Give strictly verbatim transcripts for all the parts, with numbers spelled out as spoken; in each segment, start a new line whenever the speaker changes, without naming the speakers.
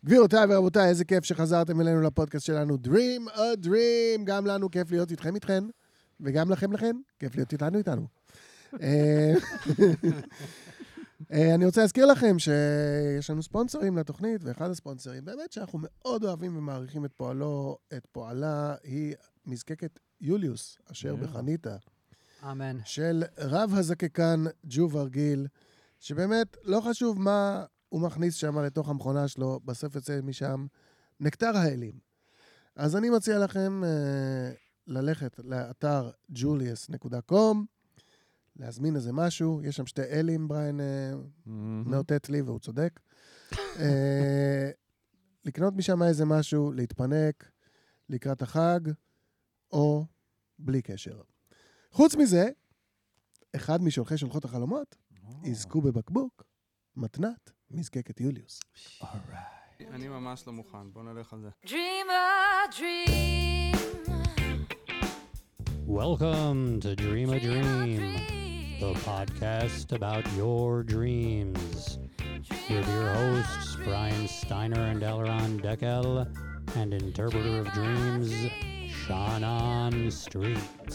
גבירותיי ורבותיי, איזה כיף שחזרתם אלינו לפודקאסט שלנו, Dream a Dream. גם לנו כיף להיות איתכם איתכן, וגם לכם לכן, כיף להיות איתנו איתנו. אני רוצה להזכיר לכם שיש לנו ספונסרים לתוכנית, ואחד הספונסרים, באמת שאנחנו מאוד אוהבים ומעריכים את פועלו, את פועלה, היא מזקקת יוליוס, אשר בחניתה.
אמן.
של רב הזקקן ג'וב הרגיל, שבאמת לא חשוב מה הוא מכניס שם לתוך המכונה שלו, בסוף יוצא משם נקטר האלים. אז אני מציע לכם uh, ללכת לאתר ג'וליוס נקודה קום, להזמין איזה משהו, יש שם שתי אלים, בריין uh, mm-hmm. מאותת לי, והוא צודק. uh, לקנות משם איזה משהו, להתפנק, לקראת החג, או בלי קשר. חוץ מזה, אחד משולחי שולחות החלומות, יזכו בבקבוק, מתנת, מזקקת יוליוס.
אני ממש לא מוכן, בוא נלך על זה.
Dream a dream.
Welcome to Dream a Dream, the podcast about your dreams. With your hosts, Brian Steiner and Elron Deckel, and interpreter of dreams, Shannon Street.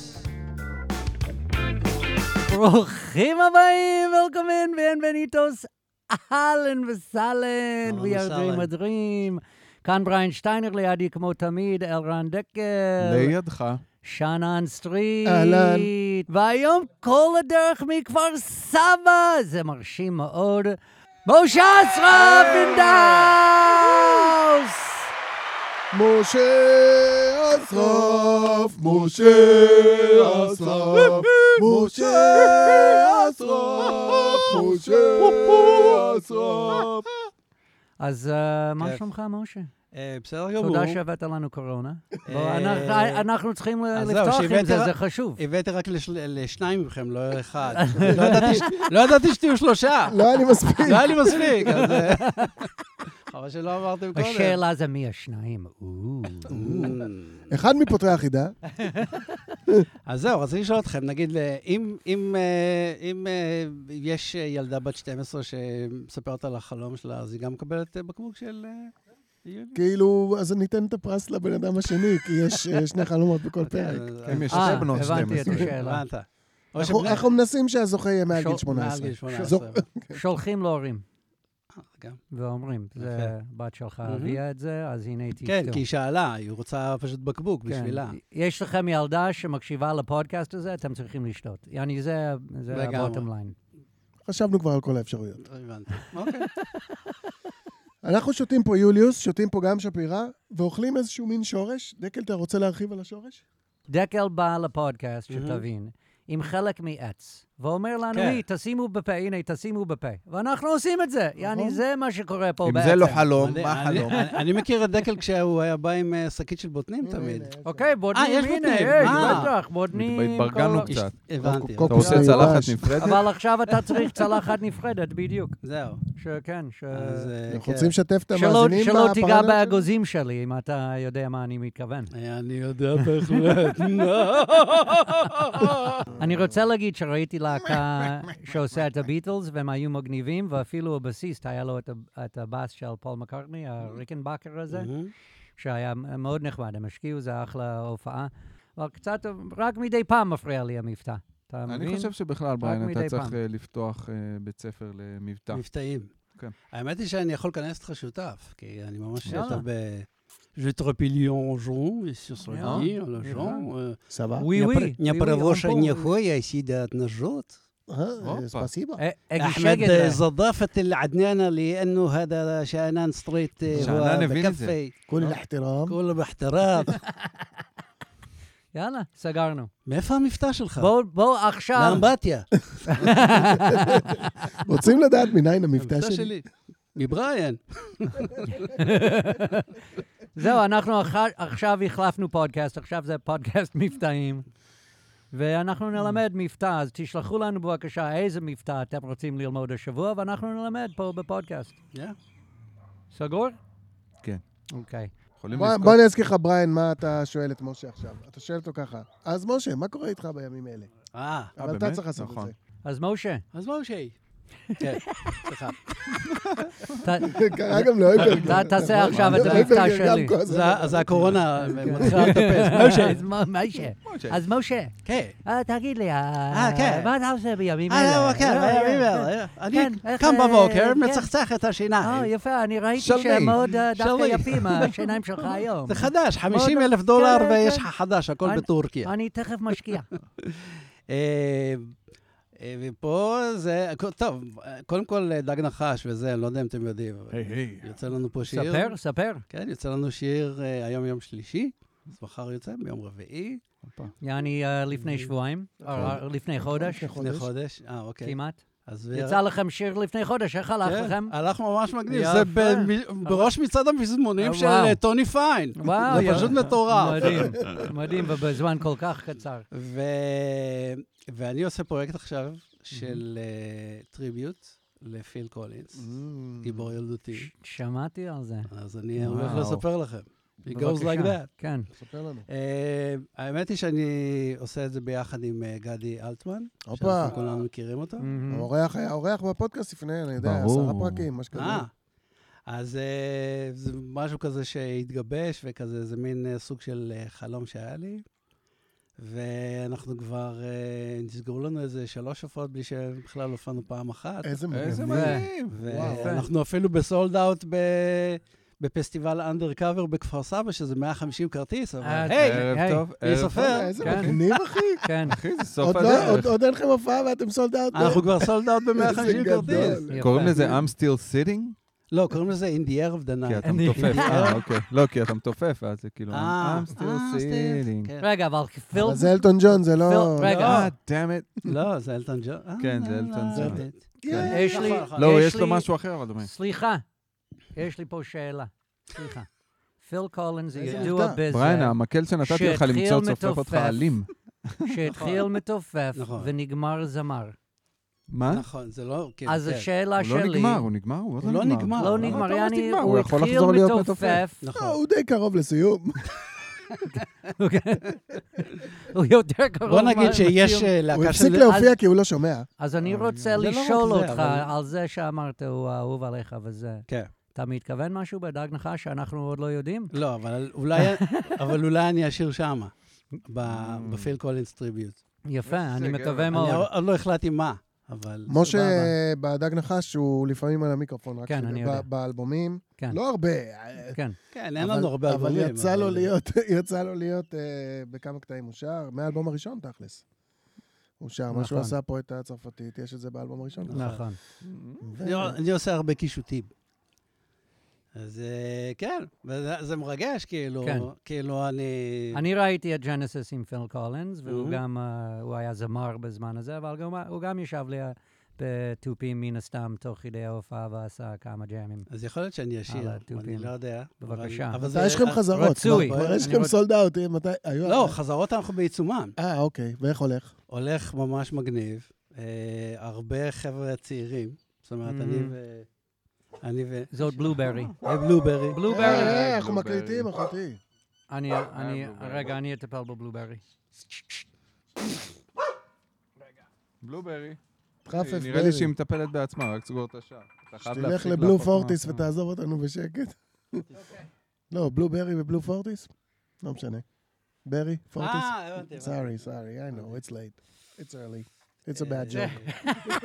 ברוכים הבאים, welcome in, bienvenidos, אהלן וסהלן, we are dream a dream. כאן בריין שטיינר, לידי כמו תמיד, אלרן דקל.
לידך.
שנן סטריט.
אהלן.
והיום כל הדרך מכפר סבא, זה מרשים מאוד. משה אסרף in the house.
משה אסרף, משה אסרף, משה אסרף, משה אסרף.
אז מה שלומך, משה?
בסדר גמור.
תודה שהבאת לנו קורונה. אנחנו צריכים לפתוח עם זה, זה חשוב.
הבאתי רק לשניים מכם, לא אחד. לא ידעתי שתהיו שלושה.
לא היה לי מספיק.
לא היה לי מספיק. חבל שלא עברתם קודם.
השאלה זה מי השניים.
אחד מפותרי החידה.
אז זהו, רציתי לשאול אתכם, נגיד, אם יש ילדה בת שתים עשרה שמספרת על החלום שלה, אז היא גם מקבלת בקבוק של...
כאילו, אז ניתן את הפרס לבן אדם השני, כי יש שני חלומות בכל פרק.
אם יש שתי בנות שתים
הבנתי את
עשרה.
השאלה.
אנחנו מנסים שהזוכה יהיה מעל גיל שמונה עשרה.
מעל גיל שמונה עשרה.
שולחים להורים.
גם.
ואומרים, זה בת שלך הביאה את זה, אז הנה תשתו.
כן, כי היא שאלה, היא רוצה פשוט בקבוק בשבילה.
יש לכם ילדה שמקשיבה לפודקאסט הזה, אתם צריכים לשתות. יעני, זה ה-bottom line.
חשבנו כבר על כל האפשרויות.
הבנתי. אוקיי.
אנחנו שותים פה יוליוס, שותים פה גם שפירה, ואוכלים איזשהו מין שורש. דקל, אתה רוצה להרחיב על השורש?
דקל בא לפודקאסט, שתבין, עם חלק מעץ, ואומר לנו, הי, תשימו בפה, הנה, תשימו בפה. ואנחנו עושים את זה. יעני, זה מה שקורה פה בעצם.
אם זה לא חלום, מה חלום?
אני מכיר את דקל כשהוא היה בא עם שקית של בוטנים תמיד.
אוקיי, בוטנים,
יש
הנה,
בוטנים.
יש,
אה.
בטח, בוטנים.
התברגנו קצת.
הבנתי.
אתה עושה צלחת נפרדת?
אבל עכשיו אתה צריך צלחת נפרדת, בדיוק.
זהו.
שכן, ש...
אנחנו רוצים לשתף את המאזינים
שלא תיגע
בפרלמנט?
באגוזים שלי, אם אתה יודע מה אני מתכוון.
אני יודע בהחלט.
אני רוצה להגיד שראיתי להקה שעושה את הביטלס, והם היו מגניבים, ואפילו הבסיסט היה לו את הבאס של פול מקרטני, הריקנבקר הזה, שהיה מאוד נחמד, הם השקיעו, זה אחלה הופעה, אבל קצת, רק מדי פעם מפריע לי המבטא. אתה מבין?
אני חושב שבכלל, בריין, אתה צריך
פעם.
לפתוח בית ספר למבטא.
מבטאים.
כן.
האמת היא שאני יכול לכנס אותך שותף, כי אני ממש
יאללה.
טוב ב... Je t'appelle Jean, et sur son
Yeah.
lit, le Jean.
סבבה?
Oui, oui.
Не провошенихо, я сидят نجوت.
אה, ספסיבה.
أحمد زضافة العدنانة لأنه هذا شانان ستريت هو
شانان הבין את זה.
بكفي.
כל الاحترام.
كله باحترام.
יאללה, סגרנו.
מאיפה המבטא שלך?
בואו, בואו עכשיו.
לאמבטיה.
רוצים לדעת מניין המבטא
המבטא
שלי?
שלי. מבריין.
זהו, אנחנו אח- עכשיו החלפנו פודקאסט, עכשיו זה פודקאסט מבטאים. ואנחנו נלמד מבטא, אז תשלחו לנו בבקשה איזה מבטא אתם רוצים ללמוד השבוע, ואנחנו נלמד פה בפודקאסט.
Yeah.
סגור?
כן.
אוקיי.
יכולים
בוא
לזכות.
בוא אני אזכיר לך, בריין, מה אתה שואל את משה עכשיו. אתה שואל אותו ככה. אז משה, מה קורה איתך בימים אלה?
אה,
אבל אתה
באמת?
צריך לעשות את
נכון.
זה.
אז משה,
אז מה הוא שהיא? כן, סליחה.
קרה גם לאויברגר.
תעשה עכשיו את המבטא שלי.
אז הקורונה מתחילה לטפס. משה.
אז משה. אז משה.
כן.
תגיד לי,
כן.
מה אתה עושה בימים
אה,
אלה?
לא, כן, בימים אלה. אני
כן, איך,
קם
אה,
בבוקר,
כן.
מצחצח את
אה,
השיניים.
יפה, אני ראיתי
שלי.
שהם מאוד אה, דווקא
שלי.
יפים, השיניים שלך היום.
זה חדש, חמישים אלף דולר
כן,
ויש
כן.
לך חדש, הכל
אני-
בטורקיה.
אני תכף משקיע.
אה, אה, ופה זה, טוב, קודם כל דג נחש וזה, אני לא יודע אם אתם יודעים. אבל
היי, היי.
יוצא לנו פה שיר.
ספר, ספר.
כן, יוצא לנו שיר אה, היום יום שלישי, אז מחר יוצא, ביום רביעי,
יעני אה, לפני שבועיים, אה, לפני חודש,
לפני חודש. אה, אוקיי.
כמעט.
אז
יצא לכם שיר לפני חודש, איך הלך
כן,
לכם?
הלך ממש מגניב.
יפה.
זה במ- בראש מצעד המזמונים של
וואו.
אה, טוני פיין.
וואו,
זה
יפה.
פשוט מטורף.
מדהים, מדהים, ובזמן כל כך קצר.
ו... ואני עושה פרויקט עכשיו של טריביוט לפיל קולינס, גיבור ילדותי.
שמעתי על זה.
אז אני הולך
וואו.
לספר לכם. It goes
בבקשה.
like that.
כן.
ספר לנו.
אה, האמת היא שאני עושה את זה ביחד עם אה, גדי אלטמן.
הופה.
שאנחנו כולנו מכירים אותו.
מהמם.
האורח היה אורח בפודקאסט לפני, אני יודע,
ברור.
עשרה פרקים, משהו כזה.
אה, אז אה, זה משהו כזה שהתגבש, וכזה, זה מין אה, סוג של אה, חלום שהיה לי. ואנחנו כבר, אה, נסגרו לנו איזה שלוש הופעות בלי שבכלל הופענו פעם אחת.
איזה
איזה
מגניב.
מדהים.
ואנחנו אפילו בסולד אאוט בפסטיבל אנדרקאבר בכפר סבא, שזה מאה וחמישים כרטיס, אבל
אה,
היי,
ערב
היי,
טוב.
מי
ערב
סופר?
טוב.
וואלה, איזה
כן.
מגניב, אחי.
כן.
אחי, זה סוף
עוד לא-
הדרך.
עוד- עוד אין לכם הופעה ואתם סולד אאוט.
אנחנו כבר סולד אאוט ב-מאה וחמישים
איזה
כרטיס.
גדול.
יפה.
קוראים לזה I'm still sitting?
לא, קוראים לזה In the Air of the
כי
Night.
אתה
אני-
מתופף. אה, אוקיי. לא, כי אתה מתופף, ואז זה כאילו
אה,
I'm still
אה,
sitting.
כן.
רגע, אבל פיל...
אבל זה אלטון ג'ון, זה לא...
פיל- רגע.
אה, damn it.
לא, זה אלטון ג'ון. אה,
כן, זה
לא,
אלטון
לא,
ג'ון.
זה-
כן.
יש לי...
נכון, נכון.
לא,
יש
יש לו
לי-
משהו אחר, אבל דומה.
סליחה, יש לי פה שאלה. סליחה. פיל קולינס
איזה
ידוע
מבטא.
בזה
בריין, המקל שנתתי לך
שהתחיל
למצוא צופף אותך
מתופף.
אלים.
שהתחיל מתופף
נכון.
ונגמר זמר.
מה?
נכון, זה לא... כן,
אז
כן.
השאלה
הוא לא
שלי...
נגמר, הוא נגמר, הוא עוד
הוא לא נגמר.
לא
למה
נגמר,
אתה אומר
יעני,
נגמר?
הוא
הוא יכול
התחיל
לחזור להיות
מתופף.
נכון.
לא, הוא די קרוב לסיום.
הוא יותר קרוב.
בוא נגיד
מה-
שיש
לסיום.
אה,
הוא
להקה
הפסיק
של...
להופיע כי הוא לא שומע.
אז אני רוצה
זה לא רק
לשאול
זה,
אותך
אבל-
על זה שאמרת, הוא אהוב עליך וזה.
כן.
אתה מתכוון משהו בדג נחש שאנחנו עוד לא יודעים?
לא, אבל אולי, אבל אולי אני אשאיר שמה, ב- בפיל קולינס טריביוט.
יפה,
איזה
אני
גבר.
מקווה
אני
מאוד.
עוד לא החלטתי מה, אבל...
משה
סבבה.
בדג נחש הוא לפעמים על המיקרופון, רק
כן,
שזה
אני
ב-
יודע. באלבומים.
באלבומים.
כן.
לא הרבה.
כן.
כן, אין
אבל-
לנו הרבה אלבומים.
אבל יצא לו להיות, יצא לו להיות אה, בכמה קטעים. הוא שר, מהאלבום הראשון תכלס. הוא שר, מה שהוא
נכון.
עשה פה את הצרפתית, יש את זה באלבום הראשון.
נכון.
ו-
אני, אני עושה הרבה קישוטים. אז אה, כן, וזה זה מרגש, כאילו,
כן.
כאילו אני...
אני ראיתי את ג'נסיס עם פיל קולינס, והוא
Mhm.
גם, אה, הוא היה זמר בזמן הזה, אבל גם- הוא גם ישב לי אה, בתופים מן הסתם תוך כדי ההופעה ועשה כמה ג'אמים.
אז יכול להיות שאני
על
אשיר,
התופים.
אני לא יודע.
בבקשה.
אבל- אבל
מתי
זה-
יש לכם חזרות?
רצוי.
כבר- כבר יש
אני
לכם
רוצ-
סולד אאוט, מתי... היו-
לא, חזרות אנחנו בעיצומם.
אה, אוקיי, ואיך הולך?
הולך ממש מגניב. אה, הרבה חבר'ה צעירים. זאת אומרת,
Mhm.
אני ו... אני ו...
זאת בלוברי.
בלוברי.
בלוברי.
אה, אנחנו
בלוברי.
מקליטים, אחותי.
אני, אני,
בלוברי.
רגע, אני אטפל בבלוברי.
בלוברי.
חפף
נראה לי שהיא מטפלת בעצמה, רק סגור את השער. אתה חייב
שתלך
להפסיק
לבלו
להפוך
פורטיס
מה-
ותעזוב אותנו בשקט. לא, בלו ברי ובלו פורטיס? לא משנה. ברי? פורטיס?
אה, הבנתי. הבנתי.
Sorry, sorry, I know, it's late. It's early. It's a bad joke.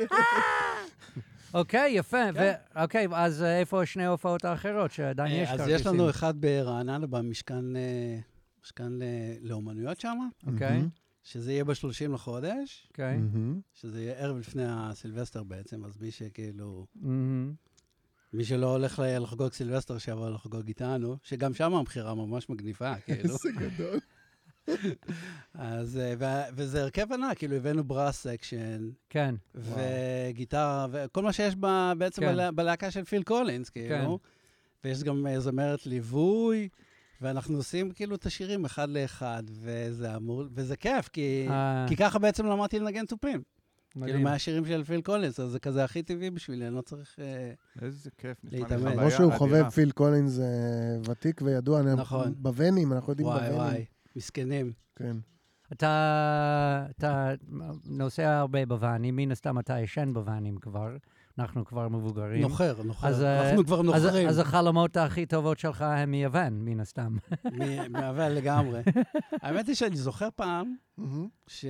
אוקיי, יפה.
כן.
ו- אוקיי, אז אה, איפה שני ההופעות האחרות שעדיין
אה,
יש
אז
כרטיסים?
יש לנו אחד ברעננה במשכן אה, משכן ל- לאומנויות שם,
אוקיי,
מהמם,
שזה יהיה ב-שלושים לחודש,
אוקיי.
מהמם.
שזה יהיה ערב לפני הסילבסטר בעצם, אז מי שכאילו,
מהמם.
מי שלא הולך ל- לחגוג סילבסטר, שיבוא לחגוג איתנו, שגם שם המחירה ממש מגניבה, כאילו.
איזה גדול.
אז, אה, ו- וזה הרכב ענק, כאילו הבאנו ברס סקשן,
כן.
וגיטרה, וכל מה שיש ב- בעצם
כן.
בלה- בלהקה של פיל קולינס, כאילו. ויש גם אה, זמרת ליווי, ואנחנו עושים כאילו את השירים אחד לאחד, וזה אמור, וזה כיף, כי,
אה,
כי ככה בעצם למדתי לנגן תופים. כאילו
מדהים.
מהשירים של פיל קולינס, אז זה כזה הכי טבעי בשבילי, אני לא צריך... אה,
איזה כיף, נשמע לי
להתאמן.
חוויה
כמו שהוא
אדירה.
חובב פיל קולינס אה, ותיק וידוע. אני-
נכון.
בוונים, אנחנו יודעים
וואי
בוונים.
וואי, מסכנים.
כן.
אתה, אתה נוסע הרבה בוואנים, מן הסתם אתה ישן בוואנים כבר. אנחנו כבר מבוגרים.
נוחר, נוחר.
אז, אה,
אנחנו כבר
אז,
נוחרים.
אז החלומות הכי טובות שלך הם מיוון, מן הסתם.
מ- מהווה לגמרי. האמת היא שאני זוכר פעם
מהמם,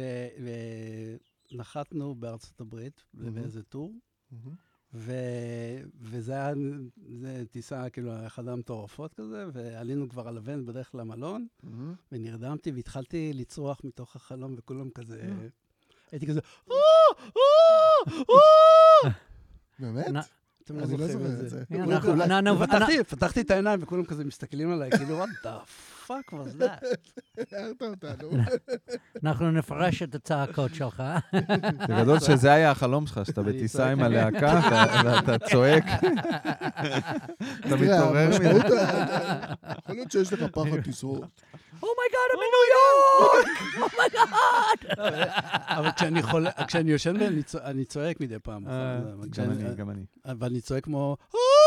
שנחתנו בארצות הברית,
מהמם.
באיזה טור,
מהמם.
ו- וזה היה זה טיסה, כאילו, אחת המטורפות כזה, ועלינו כבר על הוון בדרך למלון,
מהמם.
ונרדמתי והתחלתי לצרוח מתוך החלום, וכולם כזה... הייתי כזה, "אה, אה, אה!"
באמת?
נ-
אתם לא
אני לא
זוכרים
זוכר
את
את
זה.
זה.
אנחנו-
אולי- אולי-
אנחנו-
ופתחתי- פתחתי את העיניים, וכולם כזה מסתכלים עליי, כאילו, what the fuck was that?
הערת אותנו.
אנחנו נפרש את הצעקות שלך.
זה גדול שזה היה החלום שלך, שאתה
אני
בטיסה
צועק.
עם הלהקה ו- ואתה צועק. אתה מתעורר מזה.
המשמעות ה- יכול להיות שיש לך פחד טיסות.
אומייגאד, I'm in New York! אומייגאד!
אבל כשאני חולה, כשאני יושן ואני צוע- אני צועק מדי פעם.
אה,
אבל
גם
כשאני-
אני, גם אני.
אבל אני צועק כמו,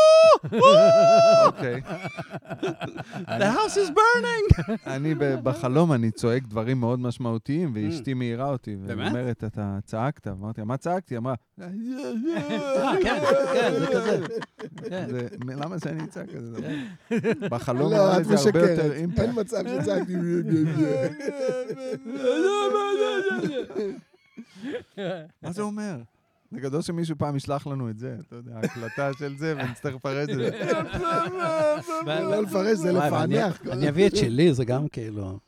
אוקיי.
The house is burning!
אני ב- בחלום, אני צועק דברים מאוד משמעותיים, ואשתי מעירה אותי. והיא
באמת?
אומרת, אתה צעקת. אמרתי, מה צעקתי? אמרה,
אה, כן, כן, זה כזה. כן.
זה- למה שאני אצעק כזה דבר? בחלום
לא,
היה
את
לזה הרבה יותר
משקרת.
אימפקט.
אין מצב שצעקתי.
מה זה אומר? זה גדול שמישהו פעם ישלח לנו את זה, אתה יודע, הקלטה של זה, ונצטרך לפרש את זה.
לא לפרש, זה
וואי, ואני-
לפענח.
אני אביא את שלי, זה גם כאילו...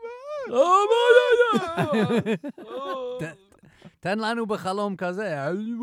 תן לנו בחלום כזה.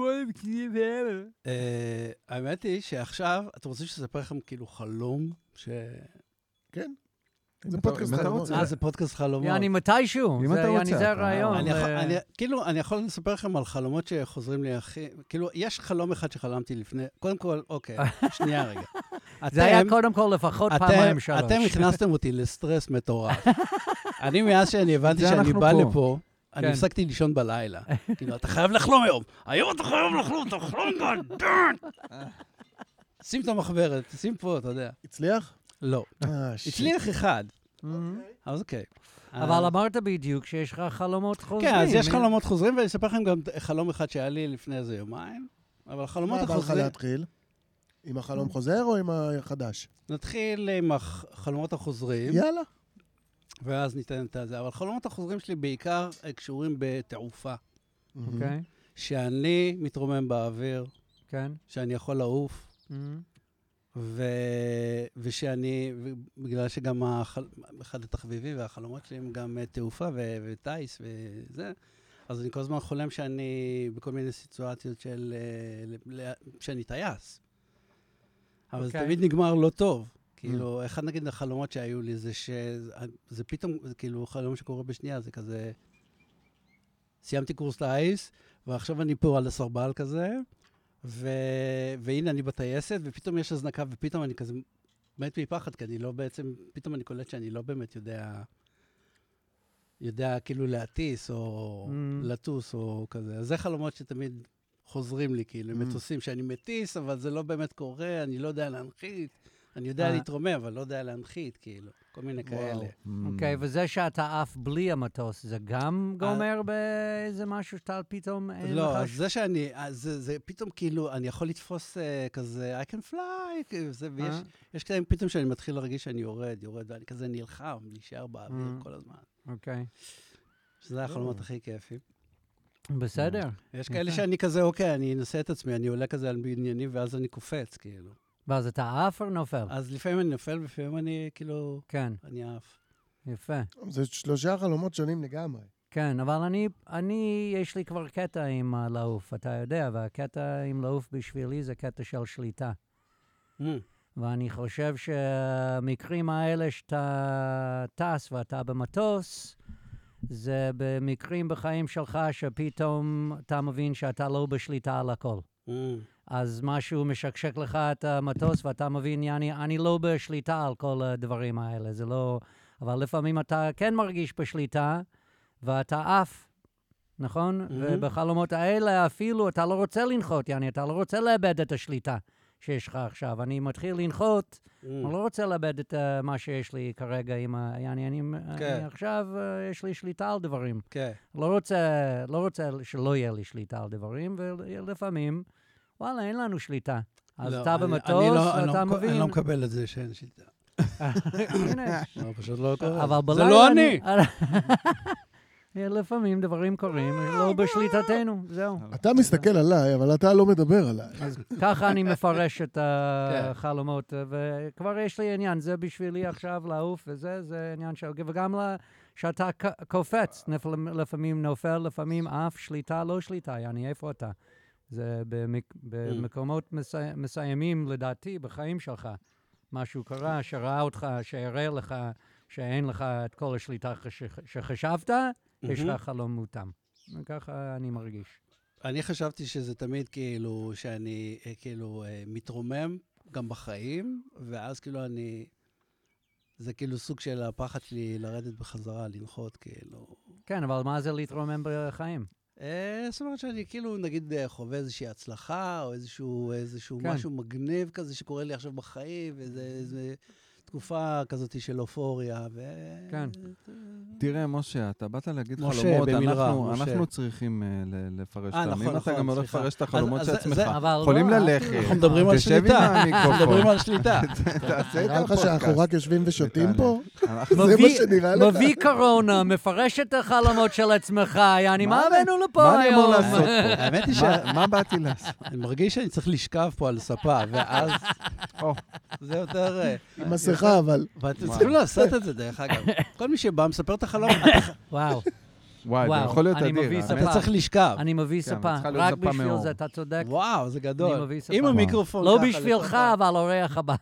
אה, האמת היא שעכשיו, אתם רוצים שנספר לכם כאילו חלום? ש...
כן.
אם
זה
אתה-
פודקאסט
אם אתה
חלומות.
רוצה.
אה, זה פודקאסט חלומות.
יעני מתישהו.
אם
זה-
אתה
יעני,
רוצה,
זה
אתה-
הרעיון.
אני יכול,
אה,
אני, כאילו, אני יכול לספר לכם על חלומות שחוזרים לי הכי... כאילו, יש חלום אחד שחלמתי לפני... קודם כל, אוקיי, שנייה רגע.
זה היה
אתם-
קודם כל לפחות
אתם-
פעמיים שלוש.
אתם הכנסתם אותי לסטרס מטורף. אני, מאז שאני הבנתי
זה
שאני
אנחנו
בא
פה.
לפה, אני
כן.
הפסקתי לישון בלילה. כאילו, אתה חייב לחלום היום. היום אתה חייב לחלום, אתה חלום גדול. שים את המחברת, שים פה, אתה יודע.
הצליח?
לא.
אה, שיט.
הצליח אחד.
מהמם.
אז אוקיי.
אבל אמרת בדיוק שיש לך חלומות חוזרים.
כן, אז יש חלומות חוזרים, ואני אספר לכם גם חלום אחד שהיה לי לפני איזה יומיים. אבל החלומות
מה בא לך
החוזרים...
להתחיל? עם החלום חוזר או עם החדש?
נתחיל עם החלומות החוזרים,
יאללה.
ואז ניתן את זה. אבל החלומות החוזרים שלי בעיקר קשורים בתעופה.
אוקיי,
שאני מתרומם באוויר,
כן.
שאני יכול לעוף,
מהמם.
ו... ושאני, בגלל שגם החל... אחד התחביבים והחלומות שלי הם גם אה, תעופה ו... וטייס וזה, אז אני כל הזמן חולם שאני בכל מיני סיטואציות של... אה, ל- ל- שאני טייס. אבל זה
אוקיי.
תמיד נגמר לא טוב. כאילו, אחד נגיד החלומות שהיו לי זה שזה פתאום, זה כאילו חלום שקורה בשנייה, זה כזה... סיימתי קורס טייס, ועכשיו אני פה על הסרבל כזה, ו... והנה אני בטייסת, ופתאום יש הזנקה, ופתאום אני כזה מת מפחד, כי אני לא בעצם, פתאום אני קולט שאני לא באמת יודע, יודע כאילו להטיס, או
Mm.
לטוס, או כזה. אז זה חלומות שתמיד חוזרים לי, כאילו,
Mm.
מטוסים, שאני מטיס, אבל זה לא באמת קורה, אני לא יודע להנחית. אני יודע
אה.
להתרומם, אבל לא יודע להנחית, כאילו, כל מיני כאלה.
אוקיי, וזה שאתה עף בלי המטוס, זה גם גומר באיזה משהו שאתה פתאום אין
לא,
לך...
אז זה שאני, אז זה, זה פתאום כאילו, אני יכול לתפוס uh, כזה, I can fly, כאילו, זה, ויש
אה?
יש כאלה פתאום שאני מתחיל להרגיש שאני יורד, יורד, ואני כזה נלחם, להישאר באוויר
אה.
כל הזמן.
אוקיי,
שזה החלומות הכי כיפים.
בסדר.
יש כאלה
יפה.
שאני כזה, אוקיי, אני אנסה את עצמי, אני עולה כזה על בניינים, ואז אני קופץ, כאילו.
ואז אתה עף או נופל?
אז לפעמים אני נופל, ולפעמים אני, כאילו,
כן,
אני עף.
יפה.
זה שלושה חלומות שונים לגמרי.
כן, אבל אני, אני, יש לי כבר קטע עם uh, לעוף, אתה יודע, והקטע עם לעוף בשבילי זה קטע של שליטה.
Mm.
ואני חושב שהמקרים האלה שאתה טס ואתה במטוס, זה במקרים בחיים שלך שפתאום אתה מבין שאתה לא בשליטה על הכל.
Mm.
אז משהו משקשק לך את המטוס ואתה מבין, יעני, אני לא בשליטה על כל הדברים האלה, זה לא... אבל לפעמים אתה כן מרגיש בשליטה, ואתה עף, נכון?
Mhm.
ובחלומות האלה אפילו אתה לא רוצה לנחות, יעני, אתה לא רוצה לאבד את השליטה שיש לך עכשיו. אני מתחיל לנחות,
Mm.
אני לא רוצה לאבד את uh, מה שיש לי כרגע עם ה... יעני, אני,
כן.
אני עכשיו, uh, יש לי שליטה על דברים.
כן.
לא רוצה, לא רוצה שלא יהיה לי שליטה על דברים, ולפעמים וואלה, אין לנו שליטה. אז
לא,
אתה
אני-
במטוס,
אני לא- אני לא
ואתה
מק- אני
מבין.
לא מקבל את זה שאין שליטה.
הנה,
לא, פשוט לא קורה.
אבל
זה
בלילה
לא אני!
לפעמים דברים קורים, לא בשליטתנו, זהו.
אתה מסתכל עליי, אבל אתה לא מדבר עליי.
אז ככה אני מפרש את החלומות, וכבר יש לי עניין, זה בשבילי עכשיו לעוף, וזה, זה עניין של... וגם שאתה קופץ, לפעמים נופל, לפעמים אף שליטה, לא שליטה, יעני, איפה אתה? זה במקומות מסיימים, לדעתי, בחיים שלך. משהו קרה, שראה אותך, שיראה לך, שאין לך את כל השליטה שחשבת, יש לך חלום מותם. וככה אני מרגיש.
אני חשבתי שזה תמיד כאילו, שאני אה, כאילו אה, מתרומם גם בחיים, ואז כאילו אני... זה כאילו סוג של הפחד שלי לרדת בחזרה, לנחות, כאילו...
כן, אבל מה זה להתרומם בחיים?
אה, זאת אומרת שאני כאילו, נגיד, אה, חווה איזושהי הצלחה, או איזשהו, איזשהו
כן.
משהו מגניב כזה שקורה לי עכשיו בחיים, וזה איזה תקופה כזאת של אופוריה, ו...
כן.
תראה, משה, אתה באת להגיד
משה,
חלומות,
במלרע,
אנחנו-
משה.
אנחנו צריכים אה, ל- לפרש
אה,
אותם.
נכון,
אם אתה
נכון,
גם הולך
סליחה.
לפרש את החלומות
אז-
של
אז
עצמך,
זה-
אבל
יכולים
לא,
ללכת.
אנחנו מדברים על
תשב עם
שליטה.
המיקרופון.
אנחנו מדברים על שליטה.
תעשה את
נראה לך
הפודקאסט.
שאנחנו רק יושבים ושותים
ותעלה.
פה?
אנחנו-
זה מה שנראה לך?
מביא קורונה, מפרש את החלומות של עצמך, יעני, מה
מה
הבאנו לפה
מה אני אמור
היום?
לעשות פה?
האמת היא
מה- מה באתי לעשות?
שאני מרגיש שאני צריך לשכב פה על ספה, ואז
או,
זה יותר... אה,
עם מסכה, אבל...
ואתם צריכים לעשות את זה, דרך אגב. כל מי שבא מספר את החלום, אתה-
וואו,
וואי, זה
וואו,
יכול להיות
אני
אדיר.
מביא
האמת.
ספה.
אתה צריך לשכב.
אני מביא
כן,
ספה,
צריכה להיות
רק
ספה
בשביל
מאור.
זה, אתה צודק.
וואו, זה גדול.
אני מביא ספה.
עם המיקרופון
לא
ככה
בשבילך,
לתוך ה-
אבל אורח הבא.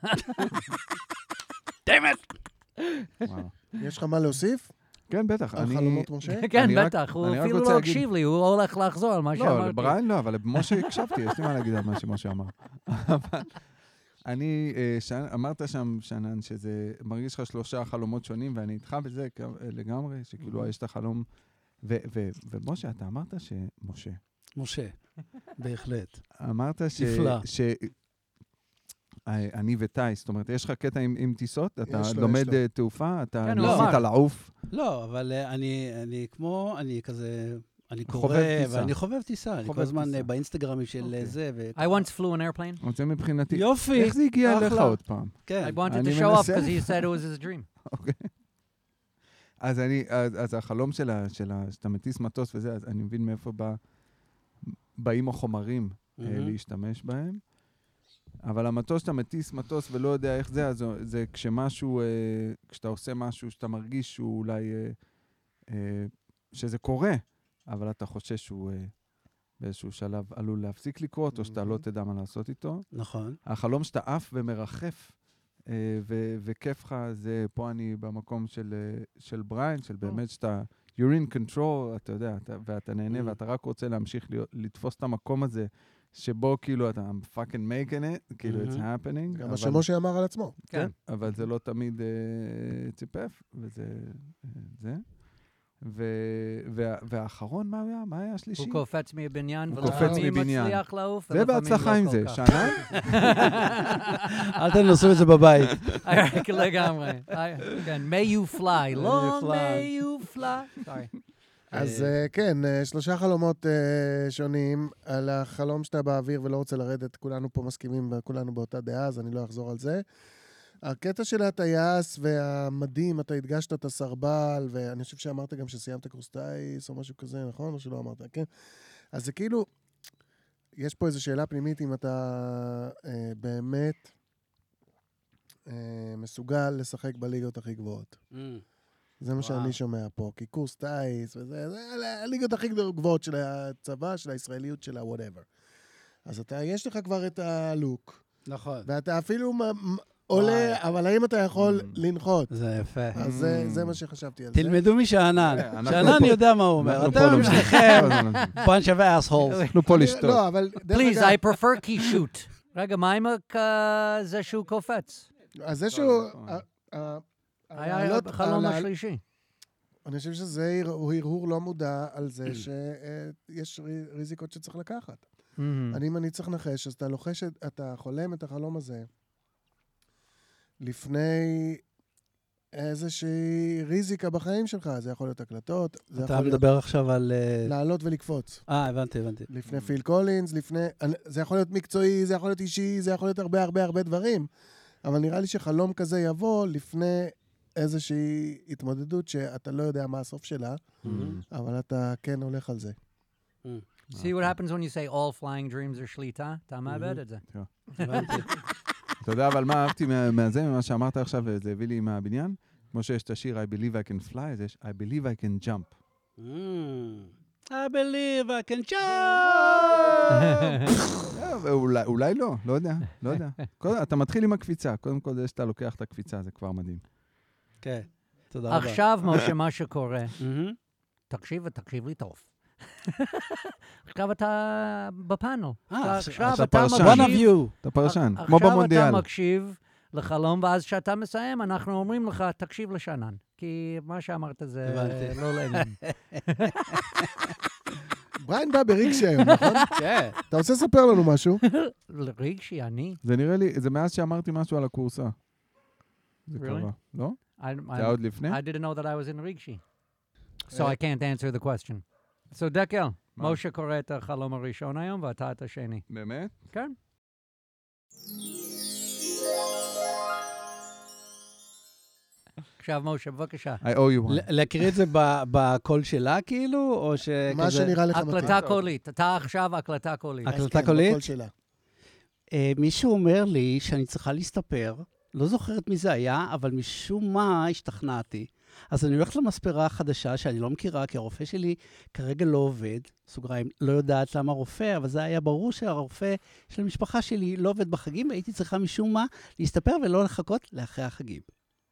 וואו.
יש לך מה להוסיף
כן, בטח.
על
אני-
חלומות משה?
כן,
אני רק-
בטח, הוא
אני רק
אפילו
רוצה
לא
להגיד-
הקשיב לי, הוא הולך לחזור על מה
לא,
שאמרתי.
לבריין לא, אבל למשה הקשבתי, יש לי מה להגיד על מה שמשה אמר. אבל אני, אה, ש- אמרת שם, שנן, שזה מרגיש לך שלושה חלומות שונים, ואני איתך בזה כ- לגמרי, שכאילו יש את החלום... ו- ו- ומשה, אתה אמרת שמשה,
משה, בהחלט.
אמרת ש...
נפלא.
ש- אה, אני וטייס, זאת אומרת, יש לך קטע עם, עם טיסות? אתה
יש לו,
לומד
יש לו.
אה, תעופה? אתה
כן, הוא
ניסית
אמר.
לעוף?
לא, אבל אה, אני אני כמו, אני כזה, אני קורא,
חובב טיסה.
ואני חובב טיסה. אני כל
חובב
הזמן
טיסה.
אה, באינסטגרמים של
אוקיי.
אה, זה. ו-
I once flew an airplane.
רוצה מבחינתי.
יופי.
איך זה הגיע אליך
אחלה.
עוד פעם?
כן.
I wanted
אני
to show off
מנסה.
because he said it was his dream.
אוקיי. אז אני, אז, אז החלום שלה, שלה, שאתה מטיס מטוס וזה, אז אני מבין מאיפה בא, באים החומרים אה,
מהמם.
להשתמש בהם. אבל המטוס שאתה מטיס מטוס ולא יודע איך זה, אז זה כשמשהו, אה, כשאתה עושה משהו שאתה מרגיש שהוא אולי, אה, אה, שזה קורה, אבל אתה חושש שהוא אה, באיזשהו שלב עלול להפסיק לקרות, או שאתה לא תדע מה לעשות איתו.
נכון.
החלום שאתה עף ומרחף, אה, ו- וכיף לך, זה פה אני במקום של, אה, של בריין, של באמת שאתה, you're in control, אתה יודע, אתה, ואתה נהנה,
Mm.
ואתה רק רוצה להמשיך להיות, לתפוס את המקום הזה, שבו כאילו אתה I'm fucking making it, כאילו it's
Mhm.
happening.
גם
אבל-
מה שמשה אמר על עצמו.
כן, אבל זה לא תמיד אה, ציפף, וזה אה, זה. ו- וה- והאחרון, מה היה? מה היה השלישי?
הוא קופץ מבניין,
הוא קופץ
ולפעמים
מבניין.
מצליח לעוף,
זה
ולפעמים
בהצלחה
לא
עם
כל
זה.
כך.
שנה?
אל תנסו את זה בבית.
לגמרי. כן, may you fly, long
fly.
may you fly. Sorry.
אז אה, כן, אה, שלושה חלומות אה, שונים על החלום שאתה באוויר ולא רוצה לרדת. כולנו פה מסכימים, כולנו באותה דעה, אז אני לא אחזור על זה. הקטע של הטייס והמדים, אתה הדגשת את הסרבל, ואני חושב שאמרת גם שסיימת קורס טייס או משהו כזה, נכון? או שלא אמרת, כן? אז זה כאילו, יש פה איזו שאלה פנימית אם אתה אה, באמת אה, מסוגל לשחק בליגות הכי גבוהות. זה מה שאני שומע פה, כי קורס טייס וזה, זה הליגות הכי גבוהות של הצבא, של הישראליות, של ה-whatever. אז אתה, יש לך כבר את הלוק,
נכון.
ואתה אפילו מ- מ- עולה, אבל האם אתה יכול לנחות?
זה יפה.
אז זה- זה מה שחשבתי על זה.
תלמדו משאנן.
אה, אנחנו
שאנן
פה-
יודע מה הוא אומר.
אנחנו
אתם
פה לא-
שניכם
לא, לא, לא.
bunch of assholes.
אנחנו פה
אני-
לשתות.
לא, אבל דרך
Please,
אגב,
I prefer קישוט. רגע, מה עם הכ- זה שהוא קופץ?
אז זה שהוא...
נכון.
ה- ה-
היה
העלות-
בחלום
העל-
השלישי.
אני חושב שזה הר- הרהור לא מודע על זה שיש ריזיקות שצריך לקחת.
Mhm.
אני, אם אני צריך לנחש, אז אתה לוחש, את- אתה חולם את החלום הזה לפני איזושהי ריזיקה בחיים שלך. זה יכול להיות הקלטות, זה
אתה
יכול להיות
מדבר עכשיו על...
לעלות ולקפוץ.
אה, הבנתי, הבנתי.
לפני פיל קולינס, לפני... זה יכול להיות מקצועי, זה יכול להיות אישי, זה יכול להיות הרבה הרבה הרבה דברים. אבל נראה לי שחלום כזה יבוא לפני איזושהי התמודדות שאתה לא יודע מה הסוף שלה, אבל אתה כן הולך על זה.
See what happens when you say all flying dreams are שליטה? אתה מאבד את זה.
הבנתי.
אתה יודע, אבל מה אהבתי מהזה, ממה שאמרת עכשיו, וזה הביא לי מהבניין? כמו שיש את השיר I believe I can fly, אז יש I believe I can jump.
I believe I can jump!
אולי לא, לא יודע, לא יודע. אתה מתחיל עם הקפיצה, קודם כל זה שאתה לוקח את הקפיצה, זה כבר מדהים.
כן, תודה רבה.
עכשיו, משה, מה שקורה, תקשיב ותקשיב לי טוב. עכשיו אתה בפאנל. עכשיו אתה
מקשיב. אתה פרשן, כמו במונדיאל.
עכשיו אתה מקשיב לחלום, ואז כשאתה מסיים, אנחנו אומרים לך, תקשיב לשנן. כי מה שאמרת זה לא לעניין.
בריין בא ברגשי היום, נכון?
כן.
אתה רוצה לספר לנו משהו?
רגשי, אני?
זה נראה לי, זה מאז שאמרתי משהו על הקורסה. זה קרה, לא? זה היה עוד לפני?
I didn't know that I was in רגשי. So I can't answer the question. So דקל, משה קורא את החלום הראשון היום, ואתה את השני.
באמת?
כן. עכשיו, משה, בבקשה.
I owe you one.
להקריא את זה בקול שלה, כאילו, או שכזה...
מה שנראה לך מתאים.
הקלטה קולית. אתה עכשיו הקלטה קולית.
הקלטה קולית?
בקול שלה.
מישהו אומר לי שאני צריכה להסתפר, לא זוכרת מי זה היה, אבל משום מה השתכנעתי. אז אני הולכת למספרה החדשה שאני לא מכירה, כי הרופא שלי כרגע לא עובד, סוגריים, לא יודעת למה רופא, אבל זה היה ברור שהרופא של המשפחה שלי לא עובד בחגים, והייתי צריכה משום מה להסתפר ולא לחכות לאחרי החגים.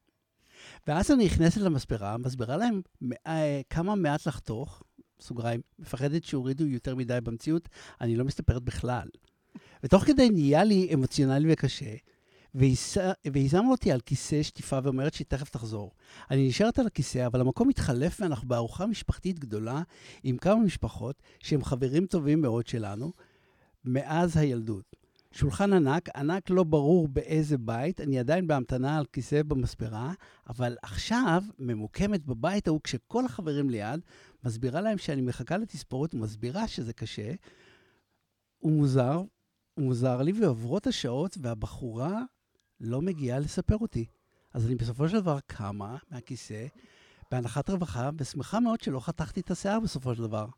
ואז אני נכנסת למספרה, מסבירה להם כמה מעט לחתוך, סוגריים, מפחדת שהורידו יותר מדי במציאות, אני לא מסתפרת בכלל. ותוך כדי נהיה לי אמוציונלי וקשה, והיא שמה אותי על כיסא שטיפה ואומרת שהיא תכף תחזור. אני נשארת על הכיסא, אבל המקום מתחלף ואנחנו בארוחה משפחתית גדולה עם כמה משפחות שהם חברים טובים מאוד שלנו מאז הילדות. שולחן ענק, ענק לא ברור באיזה בית, אני עדיין בהמתנה על כיסא במספרה, אבל עכשיו ממוקמת בבית ההוא כשכל החברים ליד, מסבירה להם שאני מחכה לתספורת ומסבירה שזה קשה, הוא מוזר, הוא מוזר לי ועוברות השעות והבחורה לא מגיעה לספר אותי. אז אני בסופו של דבר קמה מהכיסא, בהנחת רווחה, ושמחה מאוד שלא חתכתי את השיער בסופו של דבר.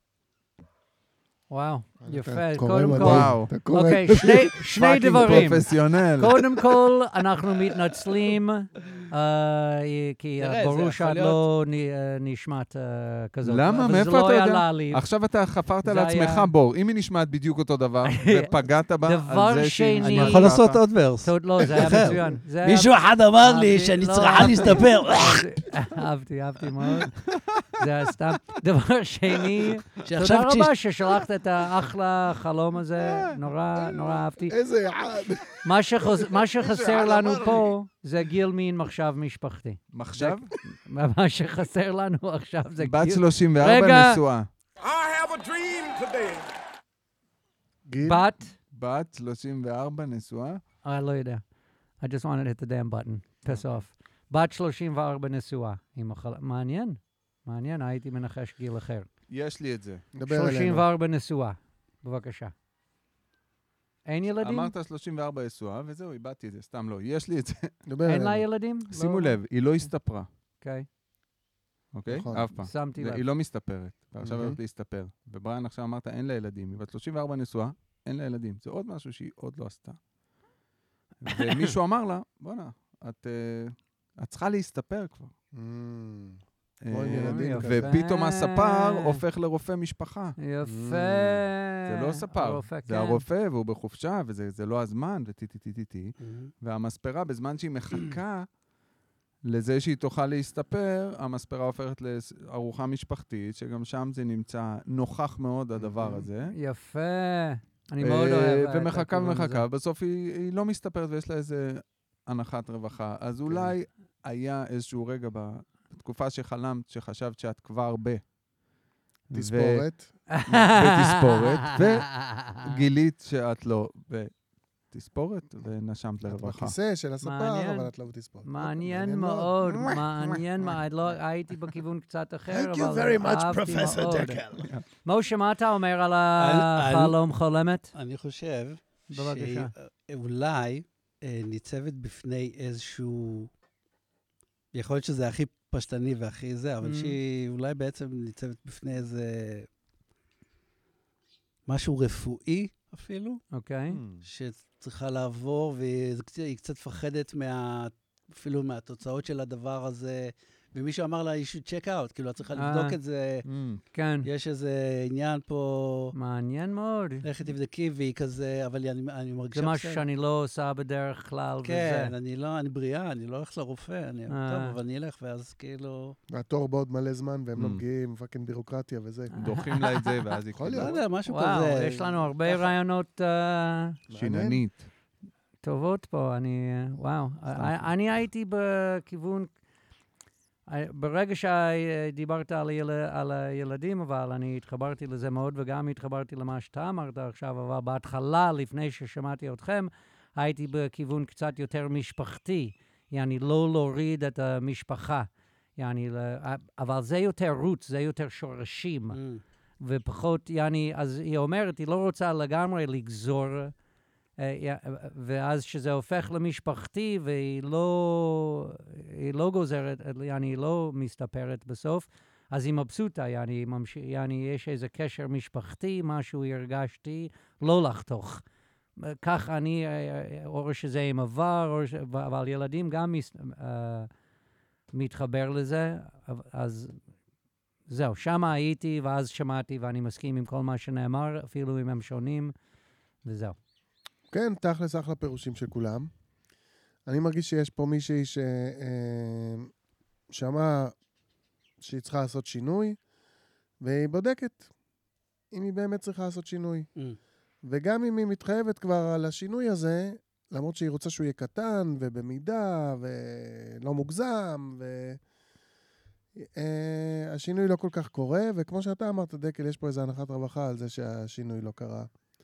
וואו, יפה.
קורא
קודם
מדהים.
כל,
אתה קורא.
אוקיי, שני- שני דברים.
פרופסיונל.
קודם כל, אנחנו מתנצלים, אה, כי
תראה,
ברור
זה
שאת
יכול
לא נ- אה, נשמעת אה, כזאת.
למה?
אבל
מאיפה
זה לא
אתה
היה
יודע?
להעליב.
עכשיו אתה חפרת
זה
לעצמך
היה-
בור. אם היא נשמעת בדיוק אותו דבר, ופגעת בה,
דבר
על זה שהיא...
שני-
אני יכול לעשות עוד ורס.
טוב, לא, זה היה
אחר.
מצוין. זה היה-
מישהו אחד אמר לי
אהבתי,
שאני
לא,
צריכה
אהבתי.
להסתפר.
אהבתי, אהבתי מאוד. זה היה סתם. דבר שני,
שעכשיו
תודה
כש-
רבה ששלחת את האחלה חלום הזה. נורא, נורא אהבתי.
איזה אחד.
מה שחוז- מה שחסר לנו פה זה גיל מין מחשב משפחתי.
מחשב?
מה שחסר לנו עכשיו זה
בת
גיל...
שלושים וארבע
רגע.
נשואה.
I have a dream today.
גיל?
בת?
בת שלושים וארבע נשואה.
אני לא יודע. I just wanted to hit the damn button. piss off. בת שלושים וארבע נשואה. עם מחלה... מעניין. מעניין, הייתי מנחש גיל אחר.
יש לי את זה.
דבר
שלושים
אלינו.
וארבע נשואה. בבקשה. אין ילדים?
אמרת שלושים וארבע נשואה, וזהו, איבדתי את זה, סתם לא. יש לי את זה.
דבר
אין לה
אלינו.
ילדים?
שימו
לא.
לב, היא לא הסתפרה,
אוקיי,
אוקיי?
נכון.
אף פעם.
שמתי
זה-
לב.
היא לא מסתפרת, ועכשיו היא
אוקיי.
הולכת להסתפר. ובריאן עכשיו אמרת, אין לה ילדים. היא בת שלושים וארבע נשואה, אין לה ילדים. זה עוד משהו שהיא עוד לא עשתה. ומישהו אמר לה, בוא'נה, את אה, את צריכה להסתפר כבר.
Mm.
אה,
או עם ילדים כזה.
ופתאום הספר הופך לרופא משפחה.
יפה.
זה לא ספר,
הרופא,
זה
כן.
הרופא, והוא בחופשה, וזה זה לא הזמן, וטי טי טי טי טי. והמספרה, בזמן שהיא מחכה לזה שהיא תוכל להסתפר, המספרה הופכת לארוחה משפחתית, שגם שם זה נמצא נוכח מאוד, הדבר הזה.
יפה. אני מאוד אוהב. את
ומחכה
הכיוון הזה.
ומחכה, ובסוף היא, היא לא מסתפרת ויש לה איזה הנחת רווחה. אז אולי היה איזשהו רגע בתקופה שחלמת, שחשבת שאת כבר ב...
תספורת.
בתספורת, וגילית שאת לא ב... בתספורת ונשמת
את
לרווחה.
בכיסא של הספר,
מעניין.
אבל את לא בתספורת.
מעניין מאוד, מעניין מאוד. לא, הייתי בכיוון קצת אחר,
Thank you
אבל
very much,
אהבתי
Professor
מאוד.
Deckel.
משה, מה אתה אומר על
אני-
החלום חולמת?
אני חושב
בבקשה.
שאולי אה, ניצבת בפני איזשהו... יכול להיות שזה הכי פשטני והכי זה, אבל
Mm. שהיא
שהיא אולי בעצם ניצבת בפני איזה... משהו רפואי אפילו,
אוקיי.
שצריכה לעבור, והיא קצת מפחדת מה... אפילו מהתוצאות של הדבר הזה. ומישהו אמר לה, you should check out, כאילו, את צריכה
אה.
לבדוק את זה.
כן.
יש איזה עניין פה,
מעניין מאוד.
לכי תבדקי, והיא כזה, אבל אני, אני מרגישה...
זה משהו
בסדר.
שאני לא עושה בדרך כלל,
כן,
וזה.
אני לא, אני בריאה, אני לא הולך לרופא, אני,
אה.
טוב, אבל אני אלך, ואז כאילו...
והתור בעוד מלא זמן, והם לא
Mm.
מגיעים, פאקינג בירוקרטיה וזה.
דוחים לה את זה, ואז היא
יכול
לא
להיות.
יודע, משהו כזה.
וואו, יש לנו הרבה
ככה.
רעיונות אה,
שיננית.
טובות פה, אני... אה, וואו. אה, אני הייתי בכיוון... אה, ברגע שדיברת על, יל... על הילדים, אבל אני התחברתי לזה מאוד, וגם התחברתי למה שאתה אמרת עכשיו, אבל בהתחלה, לפני ששמעתי אתכם, הייתי בכיוון קצת יותר משפחתי. יעני, לא להוריד את המשפחה. יעני, אבל זה יותר רוץ, זה יותר שורשים.
Mm.
ופחות, יעני, אז היא אומרת, היא לא רוצה לגמרי לגזור, אה, ואז שזה הופך למשפחתי, והיא לא, היא לא גוזרת, יעני, היא לא מסתפרת בסוף, אז היא מבסוטה, יעני, ממש, יעני, יש איזה קשר משפחתי, משהו הרגשתי, לא לחתוך. כך אני, או שזה עם עבר, או ש... אבל ילדים גם מס... uh, מתחבר לזה, אז זהו, שם הייתי, ואז שמעתי, ואני מסכים עם כל מה שנאמר, אפילו אם הם שונים, וזהו.
כן, תכלס אחלה פירושים של כולם. אני מרגיש שיש פה מישהי ששמעה שהיא צריכה לעשות שינוי, והיא בודקת אם היא באמת צריכה לעשות שינוי.
Mm.
וגם אם היא מתחייבת כבר על השינוי הזה, למרות שהיא רוצה שהוא יהיה קטן ובמידה ולא מוגזם, והשינוי לא כל כך קורה, וכמו שאתה אמרת, דקל, יש פה איזו הנחת רווחה על זה שהשינוי לא קרה.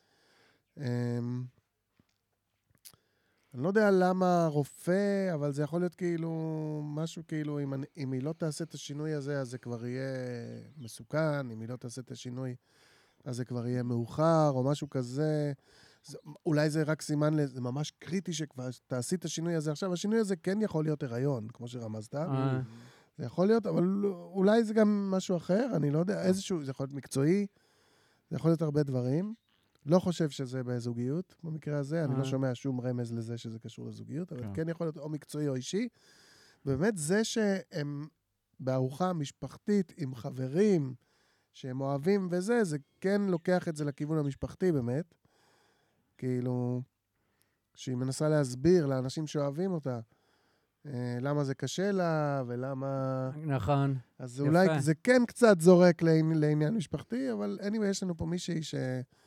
אני לא יודע למה רופא, אבל זה יכול להיות כאילו משהו כאילו, אם, אני, אם היא לא תעשה את השינוי הזה, אז זה כבר יהיה מסוכן, אם היא לא תעשה את השינוי, אז זה כבר יהיה מאוחר, או משהו כזה. זה, אולי זה רק סימן, זה ממש קריטי שכבר תעשי את השינוי הזה. עכשיו, השינוי הזה כן יכול להיות הריון, כמו שרמזת.
אה.
זה יכול להיות, אבל אולי זה גם משהו אחר, אני לא יודע, איזשהו, זה יכול להיות מקצועי, זה יכול להיות הרבה דברים. לא חושב שזה בזוגיות, במקרה הזה, אני לא שומע שום רמז לזה שזה קשור לזוגיות, אבל כן יכול להיות או מקצועי או אישי. באמת זה שהם בארוחה משפחתית עם חברים, שהם אוהבים וזה, זה כן לוקח את זה לכיוון המשפחתי באמת. כאילו, שהיא מנסה להסביר לאנשים שאוהבים אותה, למה זה קשה לה ולמה...
נכון.
אז אולי זה כן קצת זורק לעניין משפחתי, אבל anyway, יש לנו פה מישהי ש...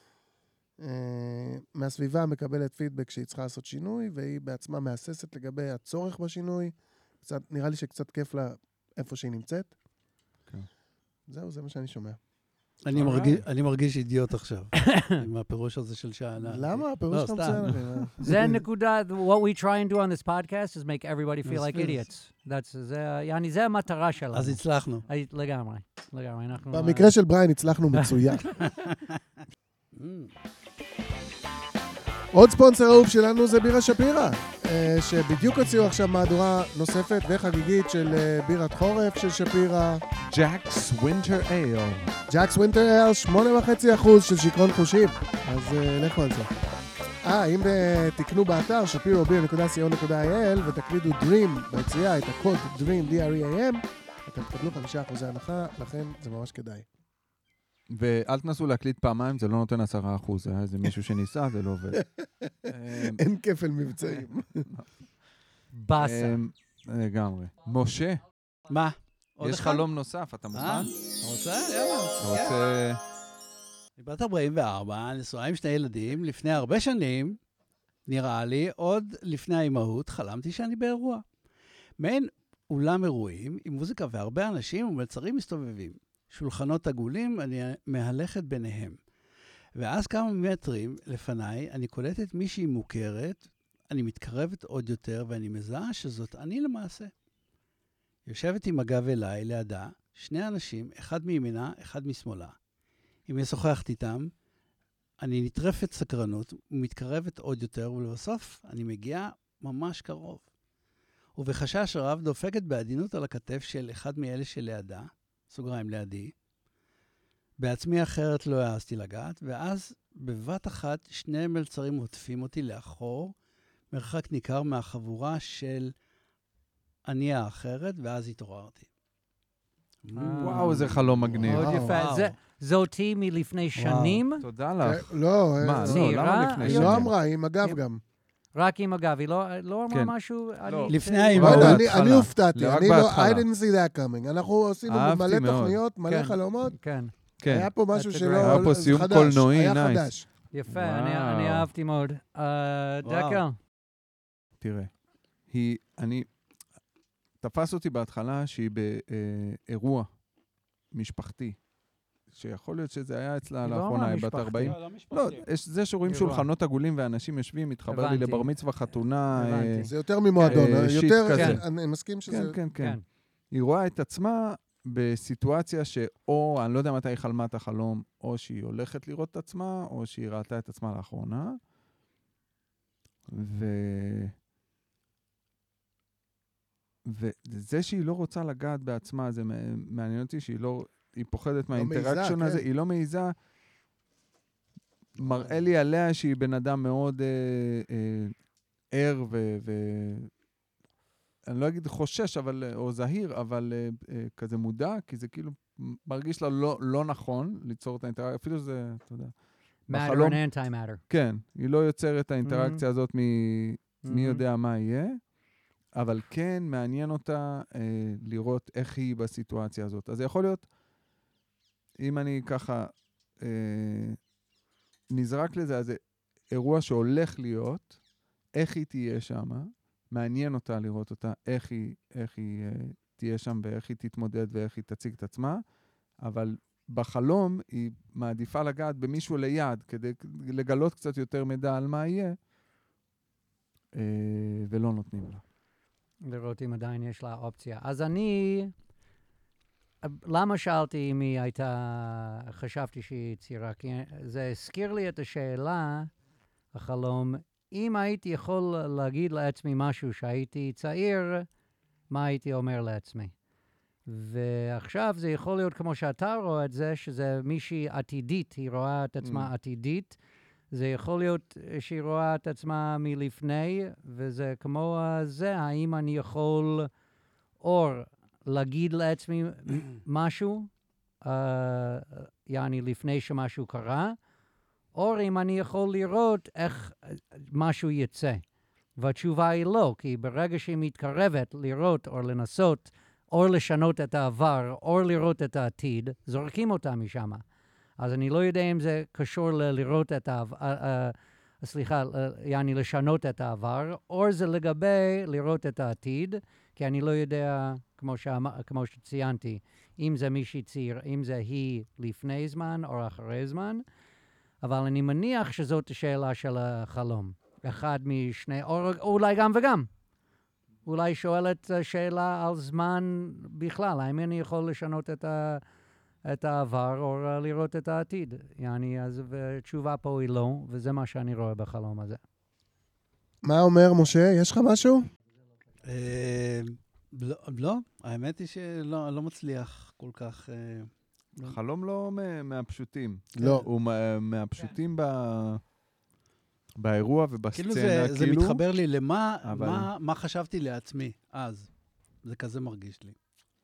מהסביבה מקבלת פידבק שהיא צריכה לעשות שינוי, והיא בעצמה מאססת לגבי הצורך בשינוי. קצת, נראה לי שקצת כיף לה איפה שהיא נמצאת.
כן.
זהו, זה מה שאני שומע.
אני מרגיש, אני מרגיש אידיוט עכשיו, עם הפירוש הזה של שענה.
למה? הפירוש שלך מצוין.
זה נקודה, what we try and do on this podcast is make everybody feel like idiots. That's, זה, יעני, זה המטרה שלנו.
אז הצלחנו.
לגמרי, לגמרי. אנחנו...
במקרה של בריין הצלחנו מצוין. עוד ספונסר אהוב שלנו זה בירה שפירא, שבדיוק הוציאו עכשיו מהדורה נוספת וחגיגית של בירת חורף של שפירא.
ג'קס ווינטר אייל.
ג'קס ווינטר אייל, שמונה וחצי אחוז של שיקרון חושים. אז לכו על זה. אה, אם תקנו באתר שפירו ביר נקודה סי או נקודה איי אל ותקלידו DREAM ביציאה, את הקוד DREAM, די אר אי איי אם, אתם תקבלו חמישה אחוזי הנחה, לכן זה ממש כדאי.
ואל תנסו להקליט פעמיים, זה לא נותן עשרה אחוז. היה איזה מישהו שניסה, זה לא עובד.
אין כפל מבצעים.
בסה.
לגמרי. משה,
מה?
יש חלום נוסף, אתה מוכן?
אתה רוצה? יאללה.
אתה רוצה...
אני בת ארבעים וארבע, נשואה עם שני ילדים, לפני הרבה שנים, נראה לי, עוד לפני האימהות, חלמתי שאני באירוע. מעין אולם אירועים, עם מוזיקה והרבה אנשים ומלצרים מסתובבים. שולחנות עגולים, אני מהלכת ביניהם. ואז כמה מטרים לפניי, אני קולטת מישהי מוכרת, אני מתקרבת עוד יותר, ואני מזהה שזאת אני למעשה. יושבת עם הגב אליי, לידה, שני אנשים, אחד מימינה, אחד משמאלה. היא משוחחת איתם, אני נטרפת סקרנות, ומתקרבת עוד יותר, ולבסוף אני מגיעה ממש קרוב. ובחשש רב דופקת בעדינות על הכתף של אחד מאלה שלידה, סוגריים לידי, בעצמי אחרת לא העזתי לגעת, ואז בבת אחת שני מלצרים עוטפים אותי לאחור, מרחק ניכר מהחבורה של אני האחרת, ואז התעוררתי.
וואו, זה חלום מגניב.
מאוד
וואו,
יפה.
וואו.
זה- זאתי מלפני שנים,
תודה לך.
לא,
מה,
אה,
לא,
צעירה?
למה לפני
היא
שנים?
לא אמרה, עם הגב
עם-
גם.
רק עם הגב, היא לא לא אמרה
כן.
משהו?
לא.
אני-
לפני
זה-
האמא.
לא יודע,
בהתחלה.
אני- אני הופתעתי,
רק
אני לא,
בהתחלה.
I didn't see that coming. אנחנו עשינו
אהבתי
מלא
מאוד.
תוכניות, מלא
כן.
חלומות.
כן,
כן.
היה פה משהו
That's a
שלא...
great-
היה פה
זה
סיום
חדש,
קולנועי,
היה
נייס.
חדש.
יפה, אני
וואו.
אני אהבתי מאוד. אה,
וואו.
דקל,
תראה, היא, אני, תפס אותי בהתחלה שהיא באירוע משפחתי, שיכול להיות שזה היה אצלה
היא לא
לאחרונה,
אמרה
היא בת
משפחתי.
ארבעים.
לא, לא משפחתי.
לא, יש זה שרואים
אירוע.
שולחנות עגולים ואנשים יושבים, מתחבר לי
הבנתי.
לבר מצווה, חתונה.
הבנתי.
אה,
זה יותר ממועדון,
אה, שיט
יותר...
כזה.
אני מסכים שזה...
כן, כן, כן.
כן.
היא רואה את עצמה בסיטואציה שאו, אני לא יודע מתי היא חלמה את החלום, או שהיא הולכת לראות את עצמה, או שהיא ראתה את עצמה לאחרונה. ו... וזה שהיא לא רוצה לגעת בעצמה, זה מעניין אותי שהיא לא... היא פוחדת מהאינטראקשן
מעיזה,
הזה,
כן.
היא לא מעיזה. מראה לי עליה שהיא בן אדם מאוד אה, אה, ער ו... ו... אני לא אגיד חושש, אבל, או זהיר, אבל אה, אה, כזה מודע, כי זה כאילו מרגיש לה לא, לא נכון ליצור את האינטראקציה, אפילו זה, אתה יודע.
matter
בחלום-
and anti-matter.
כן, היא לא יוצרת את האינטראקציה הזאת מ... מי
Mhm.
יודע מה יהיה, אבל כן מעניין אותה אה, לראות איך היא בסיטואציה הזאת. אז זה יכול להיות, אם אני ככה אה, נזרק לזה, אז זה אירוע שהולך להיות, איך היא תהיה שם, מעניין אותה לראות אותה, איך היא, איך היא אה, תהיה שם ואיך היא תתמודד ואיך היא תציג את עצמה, אבל בחלום היא מעדיפה לגעת במישהו ליד, כדי לגלות קצת יותר מידע על מה יהיה, אה, ולא נותנים לה.
לראות אם עדיין יש לה אופציה. אז אני... למה שאלתי אם היא הייתה... חשבתי שהיא צעירה? כי זה הזכיר לי את השאלה, החלום, אם הייתי יכול להגיד לעצמי משהו שהייתי צעיר, מה הייתי אומר לעצמי? ועכשיו זה יכול להיות כמו שאתה רואה את זה, שזה מישהי עתידית, היא רואה את עצמה
Mm.
עתידית. זה יכול להיות שהיא רואה את עצמה מלפני, וזה כמו זה, האם אני יכול או להגיד לעצמי משהו, uh, יעני לפני שמשהו קרה, או אם אני יכול לראות איך משהו יצא. והתשובה היא לא, כי ברגע שהיא מתקרבת לראות או לנסות, או לשנות את העבר, או לראות את העתיד, זורקים אותה משם. אז אני לא יודע אם זה קשור ל- לראות את העבר, uh, uh, סליחה, uh, יעני לשנות את העבר, או זה לגבי לראות את העתיד, כי אני לא יודע, כמו, שאמר, כמו שציינתי, אם זה מישהי צעיר, אם זה היא לפני זמן או אחרי זמן, אבל אני מניח שזאת השאלה של החלום. אחד משני, או אולי גם וגם. אולי שואלת שאלה על זמן בכלל, האם אני יכול לשנות את, ה, את העבר או לראות את העתיד? יעני, אז התשובה פה היא לא, וזה מה שאני רואה בחלום הזה.
מה אומר משה? יש לך משהו?
אה, לא, לא, האמת היא שלא לא מצליח כל כך... אה, לא.
חלום לא מה- מהפשוטים.
לא.
הוא מה- מהפשוטים ב... באירוע ובסצנה,
כאילו זה, זה
כאילו.
מתחבר לי למה
אבל-
מה, מה חשבתי לעצמי אז. זה כזה מרגיש לי.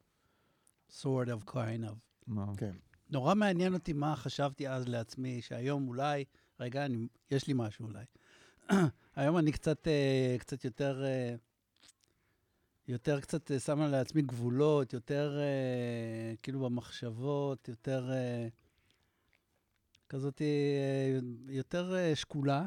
sort of, kind of.
מה?
כן.
נורא מעניין אותי מה חשבתי אז לעצמי, שהיום אולי, רגע, אני, יש לי משהו אולי. היום אני קצת, אה, קצת יותר, אה, יותר קצת אה, שמה לעצמי גבולות, יותר אה, כאילו במחשבות, יותר אה, כזאת, אה, יותר אה, שקולה.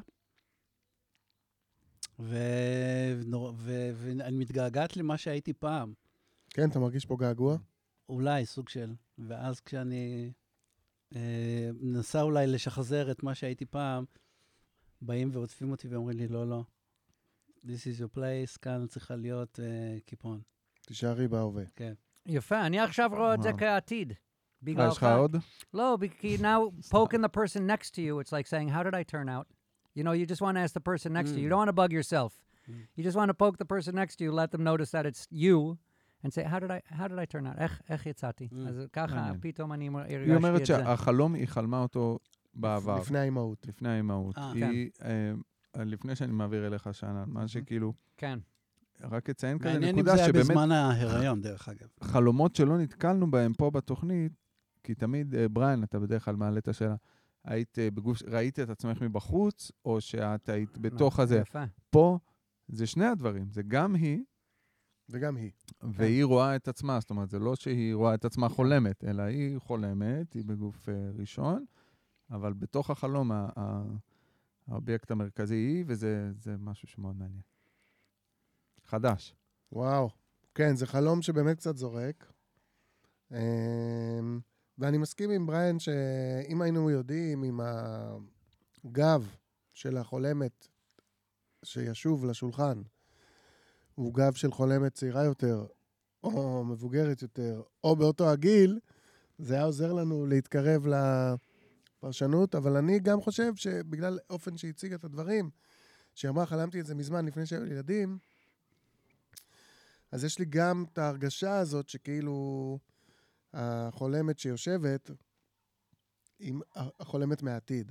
ונור- ו- ואני מתגעגעת למה שהייתי פעם.
כן, אתה מרגיש פה געגוע?
אולי, סוג של. ואז כשאני אה, מנסה אולי לשחזר את מה שהייתי פעם, באים ועוטפים אותי ואומרים לי, לא, לא, this is your place, כאן צריכה להיות אה, קיפון.
תישארי בהווה.
כן.
יפה, אני עכשיו רואה את זה
וואו.
כעתיד.
אה,
בגללך.
יש לך עוד?
לא, כי now poking the person next to you, it's like saying, how did I turn out? You know, you just want to ask the person next to you. You don't want to bug yourself. You just want to poke the person next to you, let them notice that it's you, and say, how did I, how did I turn out? איך, איך יצאתי? אז ככה,
מעניין.
פתאום אני הרגשתי את זה.
היא אומרת שהחלום, היא חלמה אותו בעבר.
לפני האימהות.
לפני האימהות.
אה,
היא, אה, לפני שאני מעביר אליך שנה, מה שכאילו,
כן.
רק אציין כזה
מעניין אם
נקודה
זה היה
שבאמת
בזמן ההיריון, דרך אגב.
חלומות שלא נתקלנו בהם פה בתוכנית, כי תמיד, אה, בריין, אתה בדרך כלל מעלה את השאלה, היית אה, בגוף, ראית את עצמך מבחוץ, או שאת היית בתוך הזה.
יפה.
פה זה שני הדברים, זה גם היא,
וגם היא.
והיא רואה את עצמה, זאת אומרת, זה לא שהיא רואה את עצמה חולמת, אלא היא חולמת, היא בגוף uh, ראשון, אבל בתוך החלום, ה- ה- האובייקט המרכזי היא, וזה זה משהו שמאוד מעניין. חדש.
וואו. כן, זה חלום שבאמת קצת זורק. אמ, ואני מסכים עם בריין שאם היינו יודעים עם הגב של החולמת שישוב לשולחן, הוא גב של חולמת צעירה יותר, או מבוגרת יותר, או באותו הגיל, זה היה עוזר לנו להתקרב לפרשנות, אבל אני גם חושב שבגלל אופן שהציג את הדברים, שהיא אמרה, חלמתי את זה מזמן לפני שהיו לי ילדים, אז יש לי גם את ההרגשה הזאת שכאילו החולמת שיושבת, עם החולמת מהעתיד.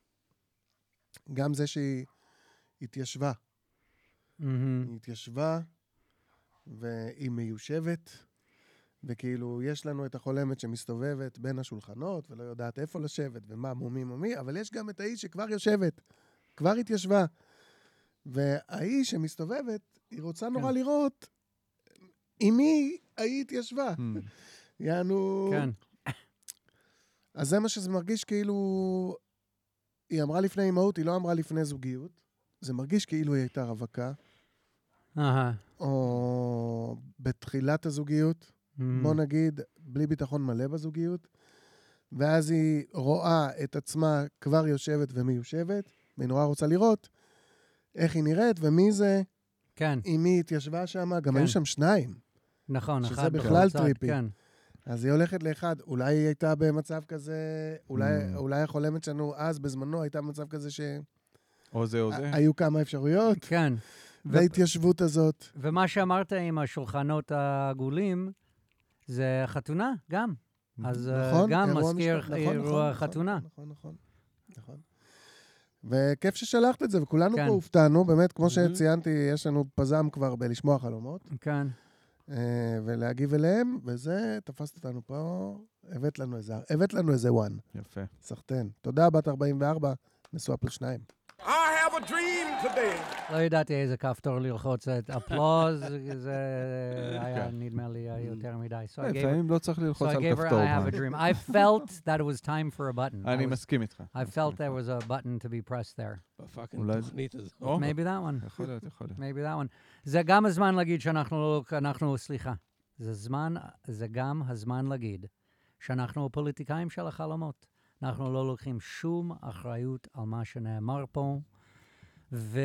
גם זה שהיא התיישבה.
מהמם.
היא התיישבה, והיא מיושבת, וכאילו יש לנו את החולמת שמסתובבת בין השולחנות, ולא יודעת איפה לשבת, ומה מומי מומי, אבל יש גם את האיש שכבר יושבת, כבר התיישבה. והאיש שמסתובבת, היא רוצה נורא לראות עם מי היא התיישבה. יענו...
כן.
אז זה מה שזה מרגיש כאילו... היא אמרה לפני אימהות, היא לא אמרה לפני זוגיות. זה מרגיש כאילו היא הייתה רווקה,
אהה.
או בתחילת הזוגיות, בוא נגיד, בלי ביטחון מלא בזוגיות, ואז היא רואה את עצמה כבר יושבת ומיושבת, והיא נורא רוצה לראות איך היא נראית, ומי זה,
כן,
עם מי התיישבה שם, גם
כן.
היו שם שניים.
נכון,
שזה
אחד
בכלל
בצד,
טריפי.
כן.
אז היא הולכת לאחד, אולי היא הייתה במצב כזה, אולי,
Mm.
אולי החולמת שלנו אז, בזמנו, הייתה במצב כזה
או זה או זה.
שהיו כמה אפשרויות,
כן. ו-
וההתיישבות הזאת.
ומה שאמרת עם השולחנות העגולים, זה חתונה, גם. אז אה,
נכון,
גם
אירוע
מזכיר
משפט- נכון,
אירוע
נכון,
חתונה.
נכון, נכון, נכון. וכיף ששלחת את זה, וכולנו
כן.
פה הופתענו, באמת, כמו
Mhm.
שציינתי, יש לנו פזם כבר בלשמוע חלומות,
כן.
אה, ולהגיב אליהם, וזה, תפסת אותנו פה, הבאת לנו איזה, הבאת לנו איזה וואן,
יפה.
סחטן. תודה, בת ארבעים וארבע, נשואה פלוס שניים.
I have a dream today.
לא ידעתי איזה כפתור ללחוץ, את אפלוז, זה היה נדמה לי יותר מדי. So I gave her-
לפעמים לא צריך
so
ללחוץ
I
על
gave her,
כפתור.
I have a
מה.
dream. I felt that it was time for a button. I
אני
was-
מסכים איתך.
I felt there was a button to be pressed there.
בפאקינג
אולי-
תוכנית הזו.
או,
Maybe that one.
יכול להיות, יכול להיות.
Maybe that one. זה גם הזמן להגיד שאנחנו, לא- אנחנו, סליחה, זה זמן, זה גם הזמן להגיד שאנחנו הפוליטיקאים של החלומות. אנחנו לא לוקחים שום אחריות על מה שנאמר פה, ו...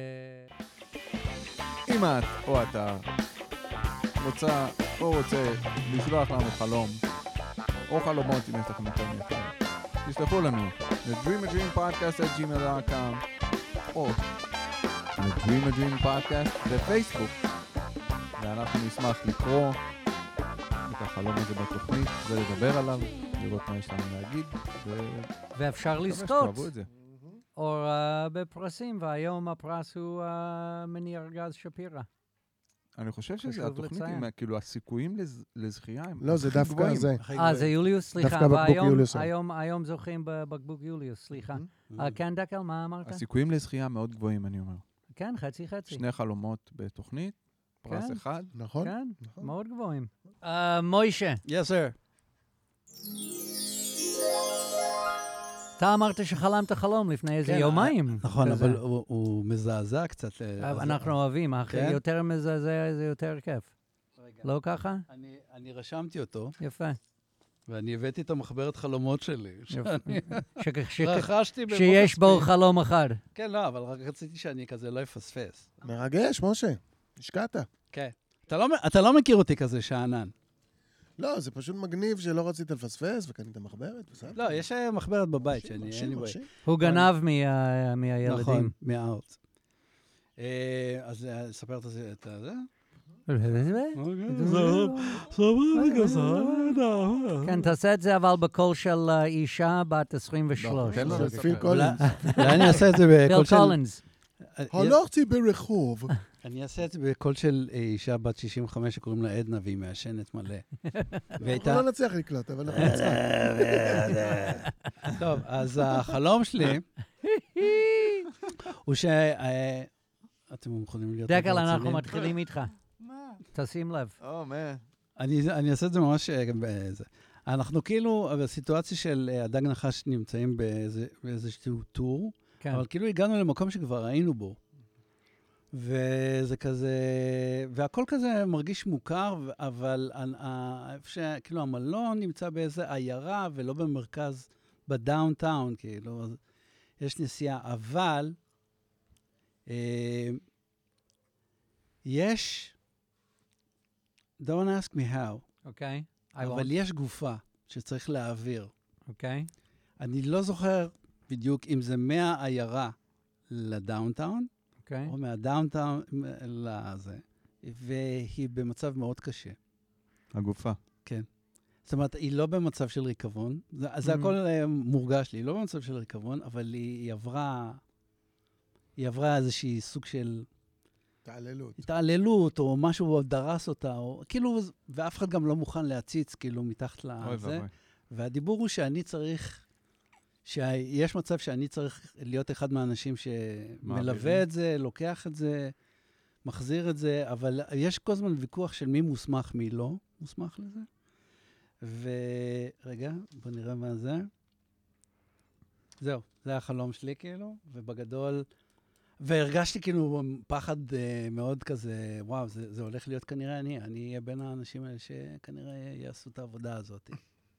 אם את או אתה רוצה או רוצה לשלוח לנו חלום או חלומות אם יש לכם יותר מאחד, תשלחו לנו ל-dreamadreampodcast at gmail dot com או ל-dreamadreampodcast בפייסבוק, ואנחנו נשמח לקרוא את החלום הזה בתוכנית ולדבר עליו, לראות מה יש לנו להגיד,
ואפשר
ומקווה
לזכות,
שתאהבו את זה.
או uh, בפרסים, והיום הפרס הוא uh, מני ארגז שפירא.
אני חושב שזה
חשוב
התוכנית
לציין.
עם, כאילו, הסיכויים לז- לזכייה הם
לא, זה
הכי
דווקא
גבוהים.
זה.
הכי
אה,
גבוה.
זה יוליוס? סליחה.
דווקא בקבוק
והיום-
יוליוס.
היום, היום זוכים בבקבוק יוליוס, סליחה.
Mhm.
אה, כן, דקל, מה אמרת?
הסיכויים לזכייה מאוד גבוהים, אני אומר.
כן, חצי חצי.
שני חלומות בתוכנית, פרס
כן.
אחד.
נכון?
כן,
נכון.
מאוד גבוהים. אה, מוישה,
Yes, sir.
אתה אמרת שחלמת חלום לפני איזה
כן,
יומיים.
נכון,
כזה.
אבל הוא- הוא מזעזע קצת. אה, אז-
אנחנו אוהבים, אחי,
כן?
יותר מזעזע זה יותר כיף.
רגע.
לא ככה?
אני- אני רשמתי אותו.
יפה.
ואני הבאתי את המחברת חלומות שלי. שאני
ש- ש-
רכשתי במו
שיש
כספי.
בו חלום אחד.
כן, לא, אבל רק רציתי שאני כזה לא אפספס.
מרגש, משה. השקעת.
כן. אתה לא, אתה לא מכיר אותי כזה שאנן.
לא, זה פשוט מגניב שלא רצית לפספס וקנית מחברת, בסדר.
לא, יש אה, מחברת בבית
מרשים,
שאני...
מרשים,
anyway.
מרשים.
הוא גנב מה- מהילדים.
נכון, מהארץ. אה, אז אה, ספר את זה, את זה?
כן, תעשה את זה אבל בקול של אה, אישה בת עשרים ושלוש.
תן לו
זה
לספר.
פיל קולינס.
אולי אני אעשה את זה
ביל
בקול של...
קולינס.
הלכתי ברחוב.
אני אעשה את זה בקול של אה, אישה בת שישים וחמש שקוראים לה עדנה והיא מעשנת מלא.
אנחנו
והייתה...
לא נצליח לקלוט, אבל אנחנו נצליח.
טוב, אז החלום שלי הוא ש... אה, אתם יכולים להיות...
דקל, אנחנו
רציניים?
מתחילים איתך. תשים לב.
או, מה?
אני, אני אעשה את זה ממש אה, בזה. אנחנו כאילו בסיטואציה של אה, הדג נחש נמצאים באיזה, באיזשהו טור,
כן.
אבל כאילו הגענו למקום שכבר היינו בו. וזה כזה, והכל כזה מרגיש מוכר, ו- אבל ה- ה- איפה ש... כאילו המלון נמצא באיזה עיירה ולא במרכז, בדאונטאון, כאילו, אז יש נסיעה, אבל אה, יש, don't ask me how,
אוקיי? I
אבל
won't.
יש גופה שצריך להעביר.
אוקיי?
אני לא זוכר בדיוק אם זה מהעיירה לדאונטאון,
אוקיי?
או מהדאונטאון לזה, והיא במצב מאוד קשה.
הגופה.
זאת אומרת, היא לא במצב של ריקבון, זה, זה
Mm.
הכל uh, מורגש לי, היא לא במצב של ריקבון, אבל היא, היא עברה, היא עברה איזושהי סוג של
התעללות.
התעללות, או משהו דרס אותה, או כאילו, ואף אחד גם לא מוכן להציץ, כאילו, מתחת
אוי
לזה.
ואבוי.
והדיבור הוא שאני צריך, שיש מצב שאני צריך להיות אחד מהאנשים שמלווה
מעבירים.
את זה, לוקח את זה, מחזיר את זה, אבל יש כל הזמן ויכוח של מי מוסמך, מי לא מוסמך לזה. ורגע, בוא נראה מה זה. זהו, זה החלום שלי כאילו, ובגדול, והרגשתי כאילו פחד uh, מאוד כזה, וואו, זה, זה הולך להיות כנראה אני, אני אהיה בין האנשים האלה שכנראה יעשו את העבודה הזאת.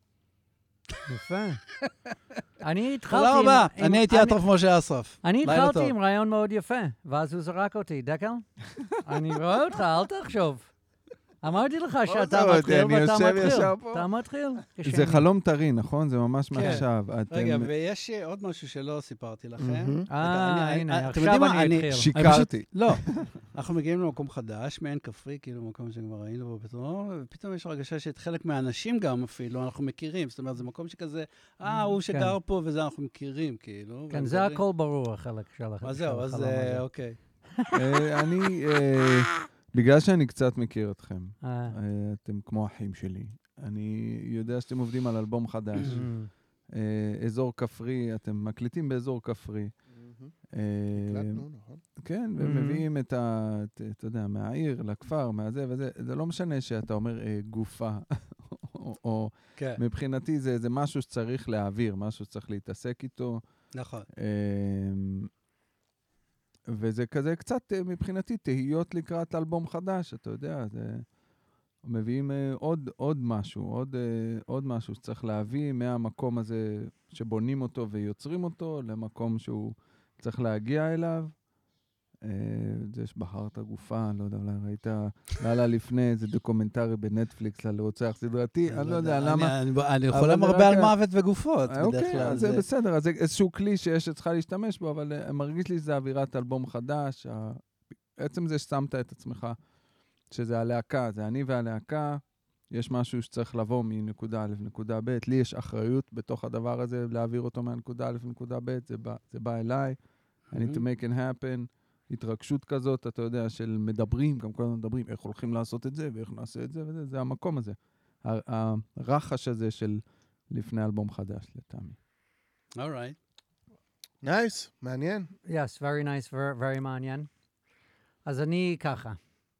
יפה. אני התחלתי...
תודה
עם-
רבה,
עם-
אני הייתי אטרף משה אסרף.
אני
לילה
התחלתי
טוב.
עם רעיון מאוד יפה, ואז הוא זרק אותי. דקל, אני רואה אותך, אל תחשוב. אמרתי לך שאתה
אותי,
מתחיל
אני
ואתה
יושב
מתחיל.
ישר פה.
אתה מתחיל.
זה
כשני.
חלום טרי, נכון? זה ממש
כן.
מעכשיו.
רגע,
אתם...
ויש אה, עוד משהו שלא סיפרתי לכם.
מהמם.
אה,
אני-
הנה,
אתם
עכשיו
יודעים מה?
אני
אני-
אתחיל.
שיקרתי.
לא, אנחנו מגיעים למקום חדש, מעין כפרי, כאילו מקום שכבר היינו בו פתאום, ופתאום יש הרגשה שאת חלק מהאנשים גם אפילו, אנחנו מכירים. זאת אומרת, זה מקום שכזה, אה, הוא שגר פה וזה, אנחנו מכירים, כאילו.
כן, זה הכל ברור, החלק של החלום
אז זהו, אז אה, אוקיי.
אה, אני, אה, בגלל שאני קצת מכיר אתכם,
אה,
אה, אתם כמו אחים שלי. אני יודע שאתם עובדים על אלבום חדש. אה, אזור כפרי, אתם מקליטים באזור כפרי. אה,
הקלטנו, נכון?
כן,
Mhm.
ומביאים את ה... את- אתה יודע, מהעיר לכפר, מהזה וזה. זה לא משנה שאתה אומר אה, גופה, או- או
כן,
מבחינתי זה זה משהו שצריך להעביר, משהו שצריך להתעסק איתו.
נכון.
אמ, וזה כזה קצת אה, מבחינתי תהיות לקראת אלבום חדש, אתה יודע, זה... מביאים אה, עוד, עוד משהו, עוד, אה, עוד משהו שצריך להביא מהמקום הזה שבונים אותו ויוצרים אותו, למקום שהוא צריך להגיע אליו. אה, זה שבחרת גופה, לא יודע, אולי ראית לילה לפני איזה דוקומנטרי בנטפליקס על רוצח סדרתי, אני לא יודע למה.
אני- אני- אני
אבל
חולם
זה
הרבה
רק
על
ה-
מוות וגופות,
אה,
בדרך
אוקיי,
כלל.
אז זה בסדר, אז זה איזשהו כלי שיש שצריכה להשתמש בו, אבל אה, מרגיש לי שזה אווירת אלבום חדש. ה- עצם זה ששמת את עצמך, שזה הלהקה, זה אני והלהקה, יש משהו שצריך לבוא מנקודה א' לנקודה ב', לי יש אחריות בתוך הדבר הזה, להעביר אותו מהנקודה א' לנקודה ב', זה בא, זה בא אליי, I need to make it happen, התרגשות כזאת, אתה יודע, של מדברים, גם כל הזמן מדברים, איך הולכים לעשות את זה, ואיך נעשה את זה, וזה, זה המקום הזה. ה- הרחש הזה של לפני אלבום חדש, לטעמי.
אורייט.
נייס, מעניין.
Yes, very nice, very, very מעניין. אז אני ככה.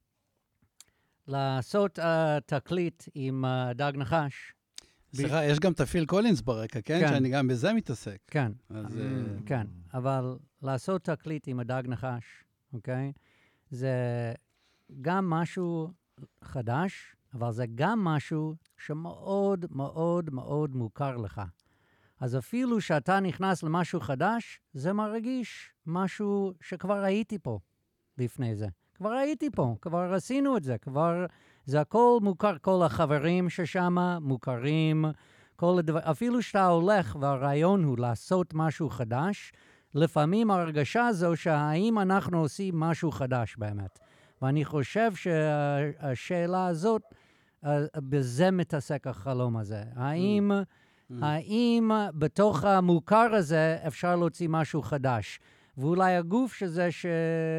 לעשות uh, תקליט עם uh, דג נחש,
סליחה, יש גם את הפיל קולינס ברקע, כן?
כן.
שאני גם בזה מתעסק.
כן,
אז... אה,
כן, אבל לעשות תקליט עם הדג נחש, אוקיי? זה גם משהו חדש, אבל זה גם משהו שמאוד מאוד מאוד מוכר לך. אז אפילו שאתה נכנס למשהו חדש, זה מרגיש משהו שכבר הייתי פה לפני זה. כבר הייתי פה, כבר עשינו את זה, כבר זה הכל מוכר, כל החברים ששמה מוכרים, כל הדבר, אפילו שאתה הולך והרעיון הוא לעשות משהו חדש, לפעמים ההרגשה זו שהאם אנחנו עושים משהו חדש באמת. ואני חושב שהשאלה הזאת, בזה מתעסק החלום הזה. האם, האם בתוך המוכר הזה אפשר להוציא משהו חדש? ואולי הגוף שזה ש...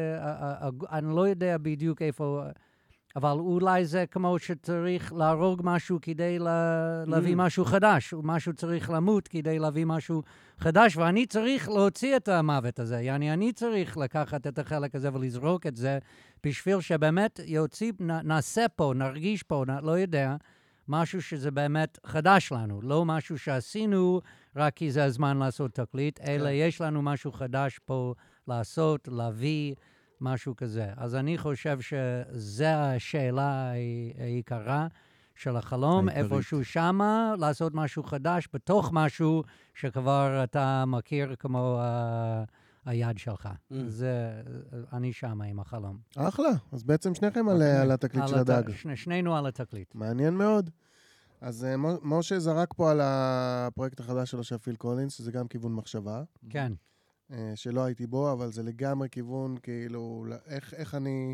אני לא יודע בדיוק איפה... אבל אולי זה כמו שצריך להרוג משהו כדי לה... להביא משהו חדש, ומשהו צריך למות כדי להביא משהו חדש, ואני צריך להוציא את המוות הזה. יעני, אני צריך לקחת את החלק הזה ולזרוק את זה, בשביל שבאמת יוציא, נ... נעשה פה, נרגיש פה, נ... לא יודע, משהו שזה באמת חדש לנו, לא משהו שעשינו רק כי זה הזמן לעשות תקליט, אלא יש לנו משהו חדש פה לעשות, להביא, משהו כזה. אז אני חושב שזו השאלה העיקרה של החלום, איפשהו שמה, לעשות משהו חדש בתוך משהו שכבר אתה מכיר כמו uh, היד שלך. Mm. זה, אני שמה עם החלום.
אחלה. אז בעצם שניכם על, על התקליט של הדג.
שני, שנינו על התקליט.
מעניין מאוד. אז uh, משה זרק פה על הפרויקט החדש שלו של פיל קולינס, שזה גם כיוון מחשבה.
כן.
שלא הייתי בו, אבל זה לגמרי כיוון, כאילו, איך, איך אני,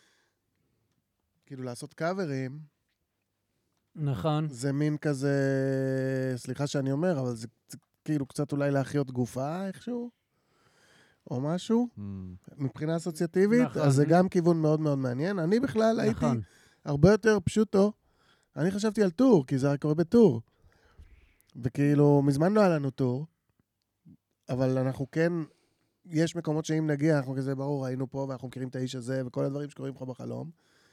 כאילו, לעשות קאברים.
נכון.
זה מין כזה, סליחה שאני אומר, אבל זה, זה כאילו קצת אולי להחיות גופה איכשהו, או משהו, mm. מבחינה אסוציאטיבית, נכון. אז זה גם כיוון מאוד מאוד מעניין. אני בכלל נכון. הייתי הרבה יותר פשוטו, אני חשבתי על טור, כי זה היה קורה בטור. וכאילו, מזמן לא היה לנו טור, אבל אנחנו כן, יש מקומות שאם נגיע, אנחנו כזה ברור, היינו פה ואנחנו מכירים את האיש הזה, וכל הדברים שקורים לך בחלום.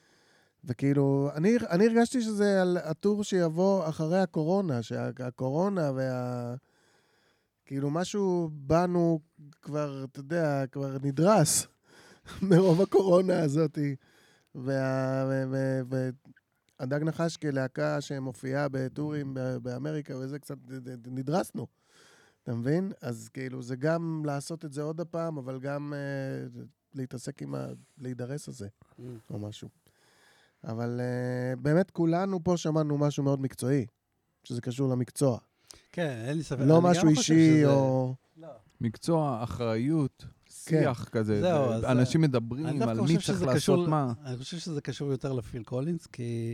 וכאילו, אני, אני הרגשתי שזה על הטור שיבוא אחרי הקורונה, שהקורונה וה... כאילו משהו בנו כבר, אתה יודע, כבר נדרס מרוב הקורונה הזאת. וה... ו... ו... ו... הדג נחש כלהקה שמופיעה בטורים באמריקה, וזה קצת נדרסנו. אתה מבין? אז כאילו, זה גם לעשות את זה עוד הפעם, אבל גם אה, להתעסק עם הלהידרס הזה, mm. או משהו. אבל אה, באמת כולנו פה שמענו משהו מאוד מקצועי, שזה קשור למקצוע.
כן, אין לי ספק.
לא משהו אישי שזה... או...
לא.
מקצוע, אחריות, שיח
כן.
כזה.
זהו,
זה, אנשים
זה...
מדברים על מי צריך לעשות
קשור,
מה.
אני חושב שזה קשור יותר לפיל קולינס, כי...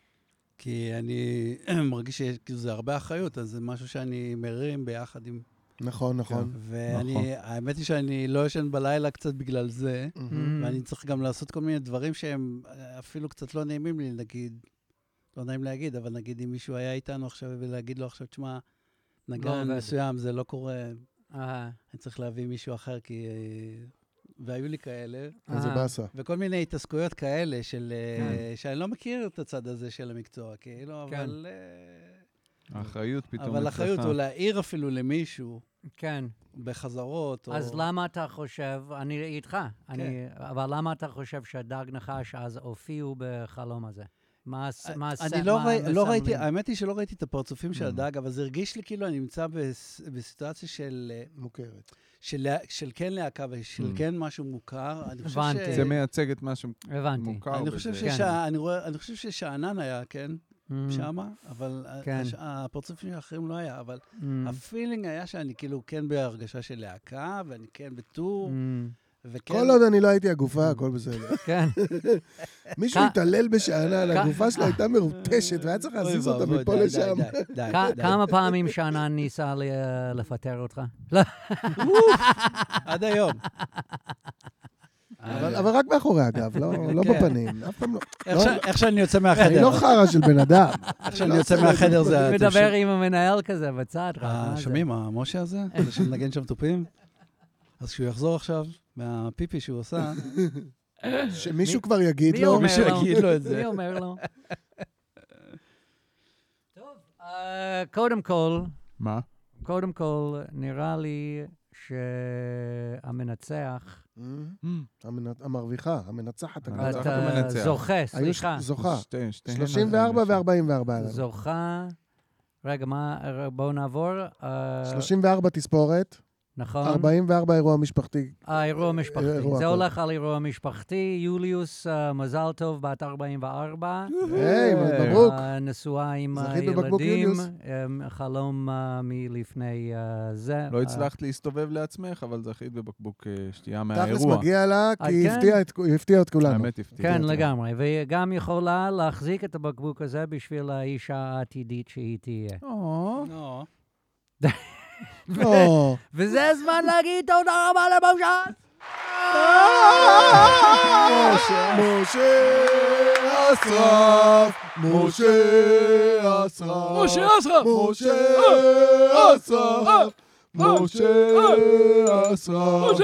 כי אני מרגיש שזה הרבה אחריות, אז זה משהו שאני מרים ביחד עם...
נכון, נכון.
ואני,
נכון.
האמת היא שאני לא ישן בלילה קצת בגלל זה,
Mm.
ואני צריך גם לעשות כל מיני דברים שהם אפילו קצת לא נעימים לי, נגיד, לא נעים להגיד, אבל נגיד אם מישהו היה איתנו עכשיו ולהגיד לו עכשיו, תשמע, נגן מסוים, זה לא קורה, אני צריך להביא מישהו אחר, כי... והיו לי כאלה.
אז זה באסה.
וכל מיני התעסקויות כאלה, של, שאני לא מכיר את הצד הזה של המקצוע, כאילו, אבל...
האחריות פתאום אצלך.
אבל אחריות, או להעיר אפילו למישהו.
כן.
בחזרות.
אז למה אתה חושב, אני איתך, אבל למה אתה חושב שהדג נחש אז הופיעו בחלום הזה? מה מסמלים?
אני לא ראיתי, האמת היא שלא ראיתי את הפרצופים של הדג, אבל זה הרגיש לי כאילו אני נמצא בסיטואציה של...
מוכרת.
של כן להקה ושל כן משהו מוכר.
הבנתי.
זה מייצג את משהו מוכר.
אני חושב ששענן היה, כן, שמה, אבל הפרצופים האחרים לא היה, אבל הפילינג היה שאני כאילו כן בהרגשה של להקה, ואני כן בטור,
כל עוד אני לא הייתי הגופה, הכל בסדר.
כן.
מישהו התעלל בשענן, הגופה שלה הייתה מרוטשת, והיה צריך להזיז אותה מפה לשם.
כמה פעמים שענן ניסה לפטר אותך?
עד היום.
אבל רק מאחורי הגב, לא בפנים. אף פעם לא.
איך שאני יוצא מהחדר.
אני לא חרא של בן אדם.
איך שאני יוצא מהחדר זה...
מדבר עם המנהל כזה בצד.
שומעים, המשה הזה? זה שמנגן שם תופים? אז כשהוא יחזור עכשיו, מהפיפי שהוא עושה...
שמישהו כבר יגיד לו.
מישהו יגיד לו את זה.
מי אומר לו? טוב, קודם כל...
מה?
קודם כל, נראה לי שהמנצח,
המנ- המרוויחה, המנצחת הגדולה.
המנצחת
אתה
ומנצח.
זוכה,
היו
סליחה.
ש- זוכה.
שתי- שתיהן
שלושים וארבע
על-
ו-ארבעים וארבע.
זוכה, רגע, מה, בואו נעבור. אה,
שלושים וארבע תספורת,
נכון.
ארבעים וארבע אירוע משפחתי.
אה, אירוע משפחתי.
אירוע
זה
הכל.
הולך על אירוע משפחתי. יוליוס, אה, מזל טוב, בת ארבעים וארבע.
היי, מברוק.
אה, נשואה עם
זכית
הילדים.
בבקבוק יוליוס.
אה, חלום אה, מלפני אה, זה.
לא
אה,
הצלחת להסתובב לעצמך, אבל זכית בבקבוק אה, שתייה
תכלס
מהאירוע.
מגיע לה,
אה,
כי היא
כן?
הפתיעה את- היא הפתיעה את כולנו.
האמת הפתיע.
כן,
אותי.
לגמרי. והיא גם יכולה להחזיק את הבקבוק הזה בשביל האישה העתידית שהיא תהיה.
לא.
או,
וזה הזמן להגיד תודה רבה לבושת!
משה אסרף, משה אסרף,
משה אסרף!
משה אסרף, משה אסרף.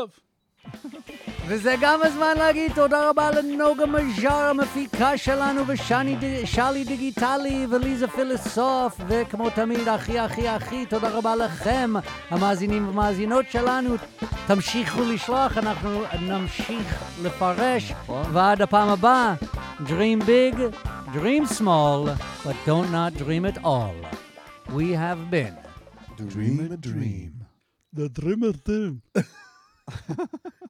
וזה גם הזמן להגיד תודה רבה לנוגה מז'ר, המפיקה שלנו, ושלי דיגיטלי, וליזה פילוסוף, וכמו תמיד, הכי הכי הכי, תודה רבה לכם, המאזינים והמאזינות שלנו. תמשיכו לשלוח, אנחנו נמשיך לפרש, ועד הפעם הבאה, dream big, dream small, but don't not dream at all. We have been.
Dream a dream.
The Dreamer Team.